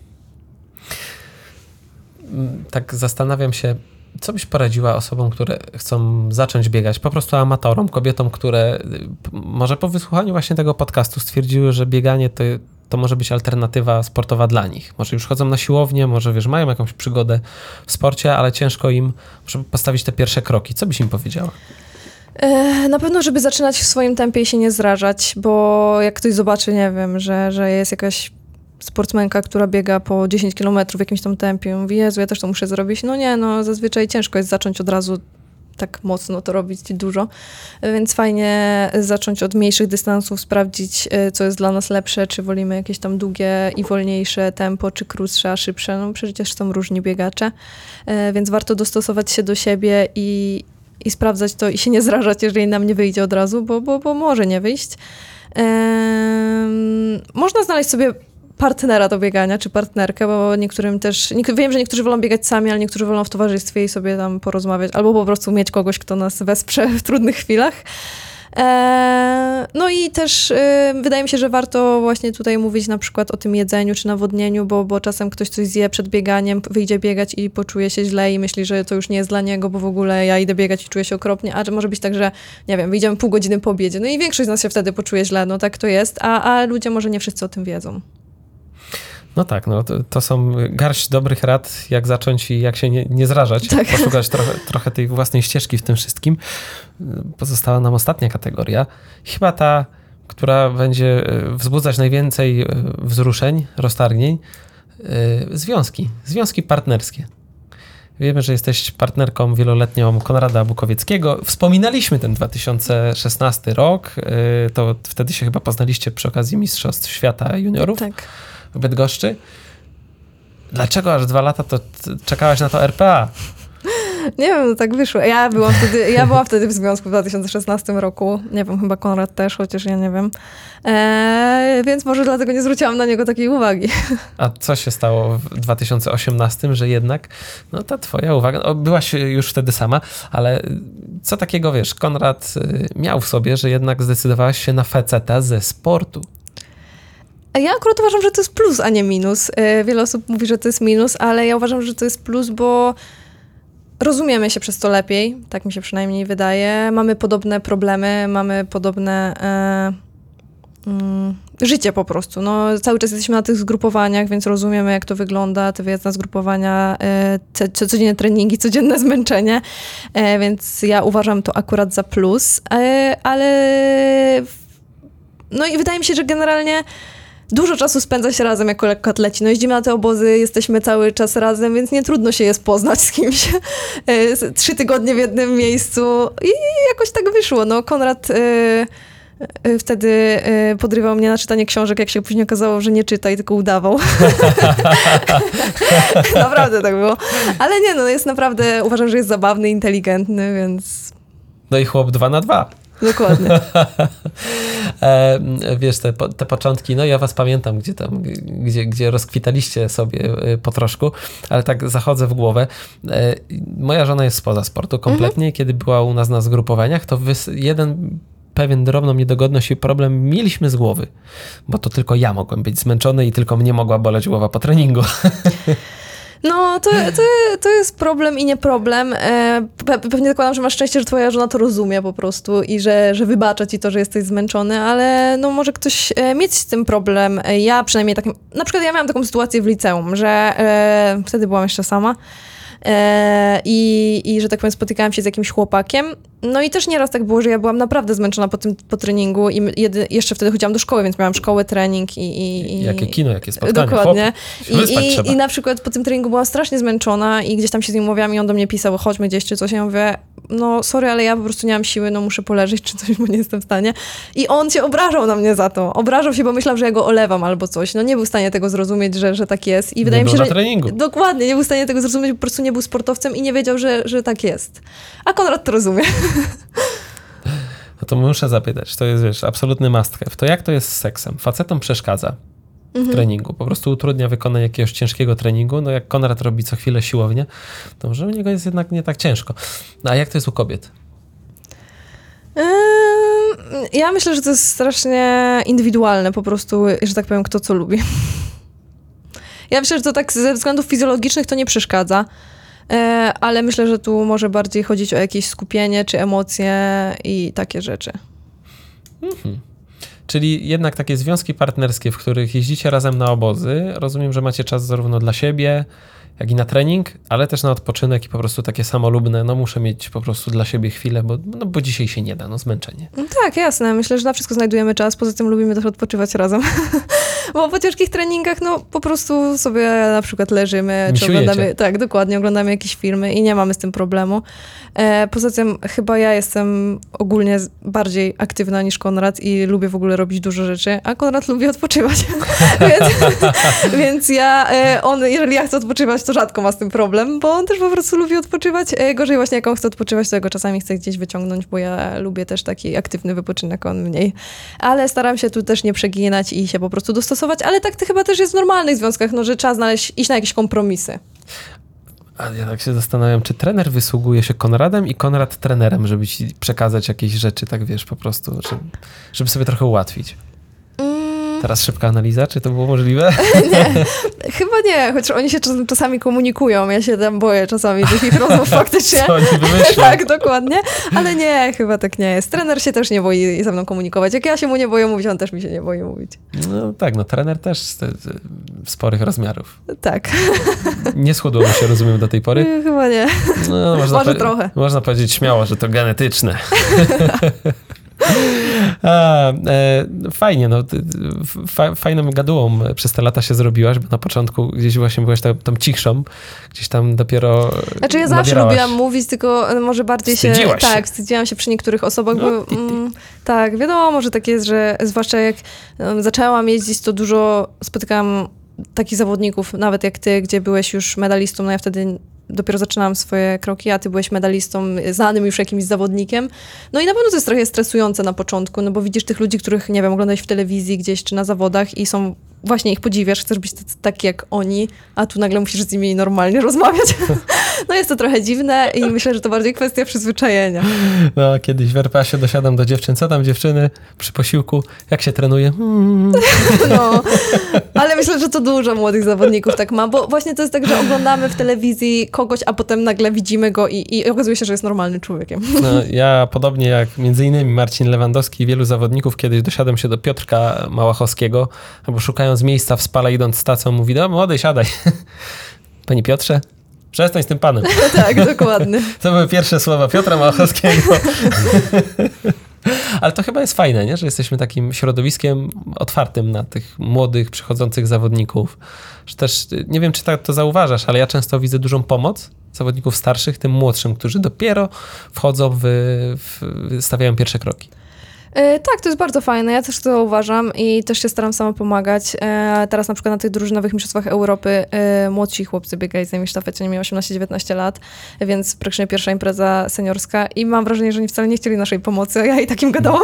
Tak zastanawiam się, co byś poradziła osobom, które chcą zacząć biegać, po prostu amatorom, kobietom, które może po wysłuchaniu właśnie tego podcastu stwierdziły, że bieganie to, to może być alternatywa sportowa dla nich. Może już chodzą na siłownię, może wiesz, mają jakąś przygodę w sporcie, ale ciężko im, żeby postawić te pierwsze kroki. Co byś im powiedziała? Na pewno, żeby zaczynać w swoim tempie i się nie zrażać, bo jak ktoś zobaczy, nie wiem, że, że jest jakaś sportsmenka, która biega po dziesięć kilometrów w jakimś tam tempie, mówi, Jezu, ja też to muszę zrobić. No nie, no zazwyczaj ciężko jest zacząć od razu tak mocno to robić dużo, więc fajnie zacząć od mniejszych dystansów, sprawdzić, co jest dla nas lepsze, czy wolimy jakieś tam długie i wolniejsze tempo, czy krótsze, a szybsze. No przecież są różni biegacze, więc warto dostosować się do siebie i, i sprawdzać to i się nie zrażać, jeżeli nam nie wyjdzie od razu, bo, bo, bo może nie wyjść. Ehm, można znaleźć sobie partnera do biegania, czy partnerkę, bo niektórym też, nie, wiem, że niektórzy wolą biegać sami, ale niektórzy wolą w towarzystwie i sobie tam porozmawiać, albo po prostu mieć kogoś, kto nas wesprze w trudnych chwilach. Eee, no i też e, wydaje mi się, że warto właśnie tutaj mówić na przykład o tym jedzeniu czy nawodnieniu, bo, bo czasem ktoś coś zje przed bieganiem, wyjdzie biegać i poczuje się źle i myśli, że to już nie jest dla niego, bo w ogóle ja idę biegać i czuję się okropnie, a może być tak, że nie wiem, wyjdziemy pół godziny po obiedzie, no i większość z nas się wtedy poczuje źle, no tak to jest, a, a ludzie może nie wszyscy o tym wiedzą. No tak, no to, to są garść dobrych rad, jak zacząć i jak się nie, nie zrażać, tak. Poszukać trochę, trochę tej własnej ścieżki w tym wszystkim. Pozostała nam ostatnia kategoria, chyba ta, która będzie wzbudzać najwięcej wzruszeń, roztargnień, związki, związki partnerskie. Wiemy, że jesteś partnerką wieloletnią Konrada Bukowieckiego. Wspominaliśmy ten dwa tysiące szesnasty rok. Yy, to wtedy się chyba poznaliście przy okazji Mistrzostw Świata Juniorów Tak. w Bydgoszczy. Dlaczego aż dwa lata to t- czekałaś na to R P A? Nie wiem, no tak wyszło. Ja byłam wtedy, ja byłam wtedy w związku w dwa tysiące szesnastym roku. Nie wiem, chyba Konrad też, chociaż ja nie wiem. Eee, więc może dlatego nie zwróciłam na niego takiej uwagi. A co się stało w dwa tysiące osiemnastym, że jednak no ta twoja uwaga, no, byłaś już wtedy sama, ale co takiego, wiesz, Konrad y, miał w sobie, że jednak zdecydowałaś się na faceta ze sportu? Ja akurat uważam, że to jest plus, a nie minus. Eee, wiele osób mówi, że to jest minus, ale ja uważam, że to jest plus, bo rozumiemy się przez to lepiej, tak mi się przynajmniej wydaje. Mamy podobne problemy, mamy podobne e, mm, życie po prostu. No, cały czas jesteśmy na tych zgrupowaniach, więc rozumiemy, jak to wygląda, te wyjazdy na zgrupowania, e, te, te codzienne treningi, codzienne zmęczenie, e, więc ja uważam to akurat za plus, e, ale no i wydaje mi się, że generalnie dużo czasu spędza się razem jako lekkoatleci. No jeździmy na te obozy, jesteśmy cały czas razem, więc nie trudno się jest poznać z kimś. Trzy tygodnie w jednym miejscu i jakoś tak wyszło. No Konrad y, y, wtedy y, podrywał mnie na czytanie książek, jak się później okazało, że nie czyta i tylko udawał. Naprawdę tak było. Ale nie, no jest naprawdę, uważam, że jest zabawny, inteligentny, więc No i chłop dwa na dwa. dokładnie. E, wiesz, te, po- te początki, no ja was pamiętam, gdzie tam, gdzie, gdzie rozkwitaliście sobie y, po troszku, ale tak zachodzę w głowę. E, moja żona jest spoza sportu kompletnie. Kiedy była u nas na zgrupowaniach, to wys- jeden pewien drobną niedogodność i problem mieliśmy z głowy, bo to tylko ja mogłem być zmęczony i tylko mnie mogła boleć głowa po treningu. No, to, to, to jest problem i nie problem. E, pe, pewnie zakładam, że masz szczęście, że twoja żona to rozumie po prostu i że, że wybacza ci to, że jesteś zmęczony, ale no może ktoś e, mieć z tym problem. E, ja przynajmniej tak, na przykład ja miałam taką sytuację w liceum, że e, wtedy byłam jeszcze sama. E, i, I, że tak powiem, spotykałam się z jakimś chłopakiem. No i też nieraz tak było, że ja byłam naprawdę zmęczona po tym po treningu i jedy, jeszcze wtedy chodziłam do szkoły, więc miałam szkołę, trening i... i, i Jakie kino, jakie spotkanie. Dokładnie. Chłop, wyspać I, trzeba. i, I na przykład po tym treningu byłam strasznie zmęczona i gdzieś tam się z nim umawiałam i on do mnie pisał, chodźmy gdzieś czy coś. Ja mówię, no sorry, ale ja po prostu nie mam siły, no muszę poleżeć czy coś, bo nie jestem w stanie. I on się obrażał na mnie za to. Obrażał się, bo myślał, że ja go olewam albo coś. No nie był w stanie tego zrozumieć, że, że tak jest. I wydaje nie mi się, był że... na treningu. Dokładnie, nie był w stanie tego zrozumieć, po prostu nie był sportowcem i nie wiedział, że, że tak jest. A Konrad to rozumie. No to muszę zapytać, to jest, wiesz, absolutny must have. To jak to jest z seksem? Facetom przeszkadza w Mhm. treningu, po prostu utrudnia wykonanie jakiegoś ciężkiego treningu. No jak Konrad robi co chwilę siłownię, to może u niego jest jednak nie tak ciężko. No a jak to jest u kobiet? Ym, Ja myślę, że to jest strasznie indywidualne po prostu, że tak powiem, kto co lubi. Ja myślę, że to tak ze względów fizjologicznych to nie przeszkadza, e, ale myślę, że tu może bardziej chodzić o jakieś skupienie czy emocje i takie rzeczy. Czyli jednak takie związki partnerskie, w których jeździcie razem na obozy, rozumiem, że macie czas zarówno dla siebie, jak i na trening, ale też na odpoczynek i po prostu takie samolubne, no muszę mieć po prostu dla siebie chwilę, bo, no, bo dzisiaj się nie da, no zmęczenie. No tak, jasne. Myślę, że na wszystko znajdujemy czas. Poza tym lubimy też odpoczywać razem. Bo po ciężkich treningach, no po prostu sobie na przykład leżymy, czy Misiujecie. oglądamy, tak, dokładnie, oglądamy jakieś filmy i nie mamy z tym problemu. E, poza tym chyba ja jestem ogólnie z- bardziej aktywna niż Konrad i lubię w ogóle robić dużo rzeczy, a Konrad lubi odpoczywać. więc, więc ja, e, on, jeżeli ja chcę odpoczywać, to rzadko ma z tym problem, bo on też po prostu lubi odpoczywać. E, gorzej właśnie jak on chce odpoczywać, to ja go czasami chcę gdzieś wyciągnąć, bo ja lubię też taki aktywny wypoczynek, on mniej. Ale staram się tu też nie przeginać i się po prostu dostosować, ale tak to chyba też jest w normalnych związkach, no, że trzeba znaleźć, iść na jakieś kompromisy. A ja tak się zastanawiam, czy trener wysługuje się Konradem i Konrad trenerem, żeby ci przekazać jakieś rzeczy, tak wiesz, po prostu, żeby, żeby sobie trochę ułatwić. Teraz szybka analiza, czy to było możliwe? Nie, chyba nie, chociaż oni się czas, czasami komunikują, ja się tam boję czasami tych ich rozmów faktycznie. Co oni wymyślą? Tak, dokładnie, ale nie, chyba tak nie jest. Trener się też nie boi ze mną komunikować. Jak ja się mu nie boję mówić, on też mi się nie boi mówić. No tak, no trener też z, z, sporych rozmiarów. Tak, Nie schudło mu się, rozumiem, do tej pory. chyba nie. No, można Może powie- trochę. Można powiedzieć śmiało, że to genetyczne. A, e, fajnie, no. ty- Fa, fajną gadułą przez te lata się zrobiłaś, bo na początku gdzieś właśnie byłaś tą, tą cichszą, gdzieś tam dopiero Znaczy ja zawsze nabierałaś. lubiłam mówić, tylko może bardziej się... Wstydziłaś się. Tak, wstydziłam się przy niektórych osobach, No, bo ti, ti. mm, tak, wiadomo, że tak jest, że zwłaszcza jak um, zaczęłam jeździć, to dużo spotykałam takich zawodników, nawet jak ty, gdzie byłeś już medalistą, no ja wtedy dopiero zaczynałam swoje kroki, a ty byłeś medalistą, znanym już jakimś zawodnikiem. No i na pewno to jest trochę stresujące na początku, no bo widzisz tych ludzi, których, nie wiem, oglądałeś w telewizji gdzieś, czy na zawodach i są, właśnie ich podziwiasz, chcesz być t- taki jak oni, a tu nagle musisz z nimi normalnie rozmawiać. No jest to trochę dziwne i myślę, że to bardziej kwestia przyzwyczajenia. No, kiedyś w er pe asie dosiadam do dziewczyn. Co tam dziewczyny przy posiłku? Jak się trenuje? Hmm. No, ale myślę, że to dużo młodych zawodników tak ma, bo właśnie to jest tak, że oglądamy w telewizji kogoś, a potem nagle widzimy go i, i okazuje się, że jest normalnym człowiekiem. No, ja podobnie jak między innymi Marcin Lewandowski i wielu zawodników, kiedyś dosiadłem się do Piotrka Małachowskiego, albo szukając miejsca w spale, idąc stacją, mówi, no młody, siadaj. Panie Piotrze, przestań z tym panem. Tak, dokładnie. To były pierwsze słowa Piotra Małachowskiego. Ale to chyba jest fajne, nie? Że jesteśmy takim środowiskiem otwartym na tych młodych, przychodzących zawodników. Że też, nie wiem, czy tak to zauważasz, ale ja często widzę dużą pomoc zawodników starszych, tym młodszym, którzy dopiero wchodzą, w, w, stawiają pierwsze kroki. E, tak, to jest bardzo fajne. Ja też to uważam i też się staram sama pomagać. E, teraz na przykład na tych drużynowych mistrzostwach Europy e, młodsi chłopcy biegali z nami w sztafecie, oni mieli osiemnaście dziewiętnaście lat, więc praktycznie pierwsza impreza seniorska i mam wrażenie, że oni wcale nie chcieli naszej pomocy, a ja i takim gadałam.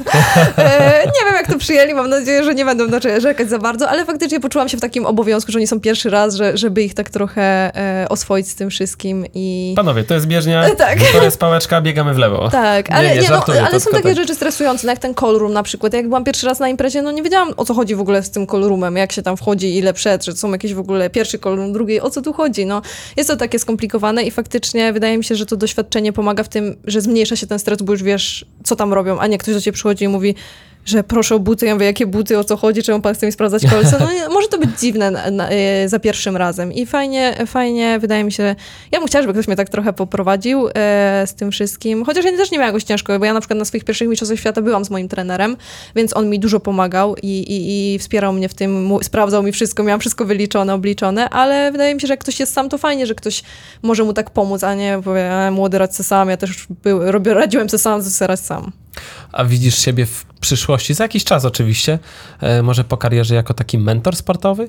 e, nie wiem, jak to przyjęli, mam nadzieję, że nie będą narzekać za bardzo, ale faktycznie poczułam się w takim obowiązku, że oni są pierwszy raz, że, żeby ich tak trochę e, oswoić z tym wszystkim i... Panowie, to jest bieżnia, E, tak. to jest pałeczka, biegamy w lewo. Tak, Nie, ale, nie, nie, no, żartuję, ale to są tylko takie tak. rzeczy stresujące, no jak ten call room na przykład. Jak byłam pierwszy raz na imprezie, no nie wiedziałam, o co chodzi w ogóle z tym call roomem, jak się tam wchodzi, ile przed, że są jakieś w ogóle pierwszy call room, drugi, o co tu chodzi. No, jest to takie skomplikowane i faktycznie wydaje mi się, że to doświadczenie pomaga w tym, że zmniejsza się ten stres, bo już wiesz, co tam robią, a nie ktoś do ciebie przychodzi i mówi, że proszę o buty, ja mówię, jakie buty, o co chodzi, czemu pan chce mi sprawdzać kolce. No nie, może to być dziwne na, na, e, za pierwszym razem i fajnie, fajnie, wydaje mi się, że ja bym chciała, żeby ktoś mnie tak trochę poprowadził e, z tym wszystkim, chociaż ja też nie miałam jakoś ciężko, bo ja na przykład na swoich pierwszych mistrzostwach świata byłam z moim trenerem, więc on mi dużo pomagał i, i, i wspierał mnie w tym, mu, sprawdzał mi wszystko, miałam wszystko wyliczone, obliczone, ale wydaje mi się, że jak ktoś jest sam, to fajnie, że ktoś może mu tak pomóc, a nie powie, e, młody radź se sam, ja też był, robię, radziłem se sam, to se radź sam. A widzisz siebie w przyszłości, za jakiś czas oczywiście, e, może po karierze jako taki mentor sportowy?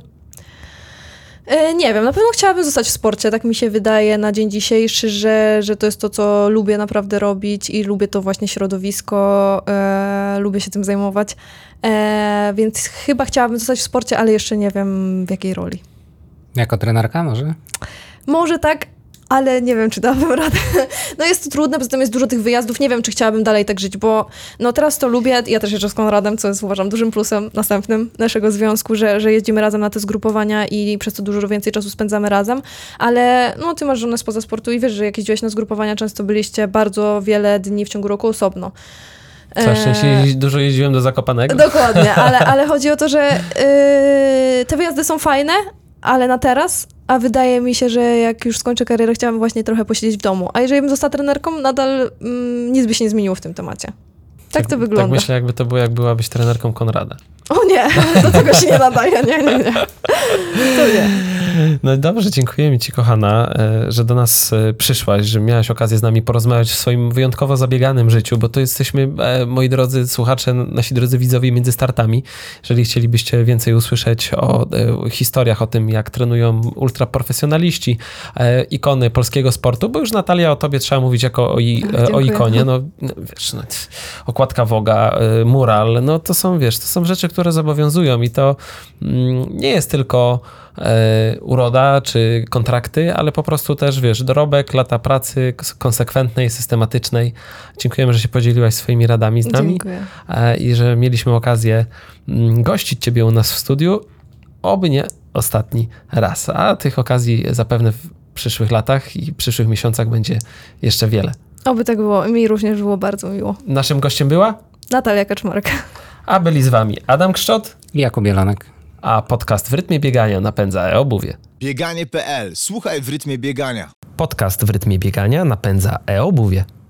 E, Nie wiem, na pewno chciałabym zostać w sporcie, tak mi się wydaje na dzień dzisiejszy, że, że to jest to, co lubię naprawdę robić i lubię to właśnie środowisko, e, lubię się tym zajmować, e, więc chyba chciałabym zostać w sporcie, ale jeszcze nie wiem w jakiej roli. Jako trenerka może? Może tak, ale nie wiem, czy dałabym radę. No jest to trudne, poza tym jest dużo tych wyjazdów. Nie wiem, czy chciałabym dalej tak żyć, bo no teraz to lubię. Ja też jeżdżę z Konradem, co jest uważam dużym plusem następnym naszego związku, że, że jeździmy razem na te zgrupowania i przez to dużo więcej czasu spędzamy razem. Ale no ty masz żonę spoza sportu i wiesz, że jak jeździłeś na zgrupowania, często byliście bardzo wiele dni w ciągu roku osobno. Całe szczęście jeździ- dużo jeździłem do Zakopanego. Dokładnie, ale, ale chodzi o to, że yy, te wyjazdy są fajne, ale na teraz, a wydaje mi się, że jak już skończę karierę, chciałabym właśnie trochę posiedzieć w domu. A jeżeli bym została trenerką, nadal mm, nic by się nie zmieniło w tym temacie. Tak to wygląda. Tak myślę, jakby to było, jak byłabyś trenerką Konrada. O nie, do tego się nie nadaje, nie, nie, nie. To nie. No dobrze, dziękujemy ci, kochana, e, że do nas e, przyszłaś, że miałaś okazję z nami porozmawiać w swoim wyjątkowo zabieganym życiu, bo to jesteśmy, e, moi drodzy słuchacze, nasi drodzy widzowie między startami. Jeżeli chcielibyście więcej usłyszeć o e, historiach, o tym, jak trenują ultraprofesjonaliści, e, ikony polskiego sportu, bo już Natalia, o tobie trzeba mówić jako o, i, Ach, e, o dziękuję. ikonie, no no, wiesz, no, okładka Voga, e, mural, no to są, wiesz, to są rzeczy, które zobowiązują i to mm, nie jest tylko e, uroda czy kontrakty, ale po prostu też, wiesz, dorobek, lata pracy kons- konsekwentnej, systematycznej. Dziękujemy, że się podzieliłaś swoimi radami z nami Dziękuję. e, i że mieliśmy okazję mm, gościć ciebie u nas w studiu, oby nie ostatni raz, a tych okazji zapewne w przyszłych latach i przyszłych miesiącach będzie jeszcze wiele. Oby tak było. Mi również było bardzo miło. Naszym gościem była, Natalia Kaczmarek. a byli z wami Adam Kszczot, I Jakub Jelanek. a podcast W rytmie biegania napędza e-obuwie. Bieganie kropka pe el. Słuchaj w rytmie biegania. Podcast W rytmie biegania napędza e-obuwie.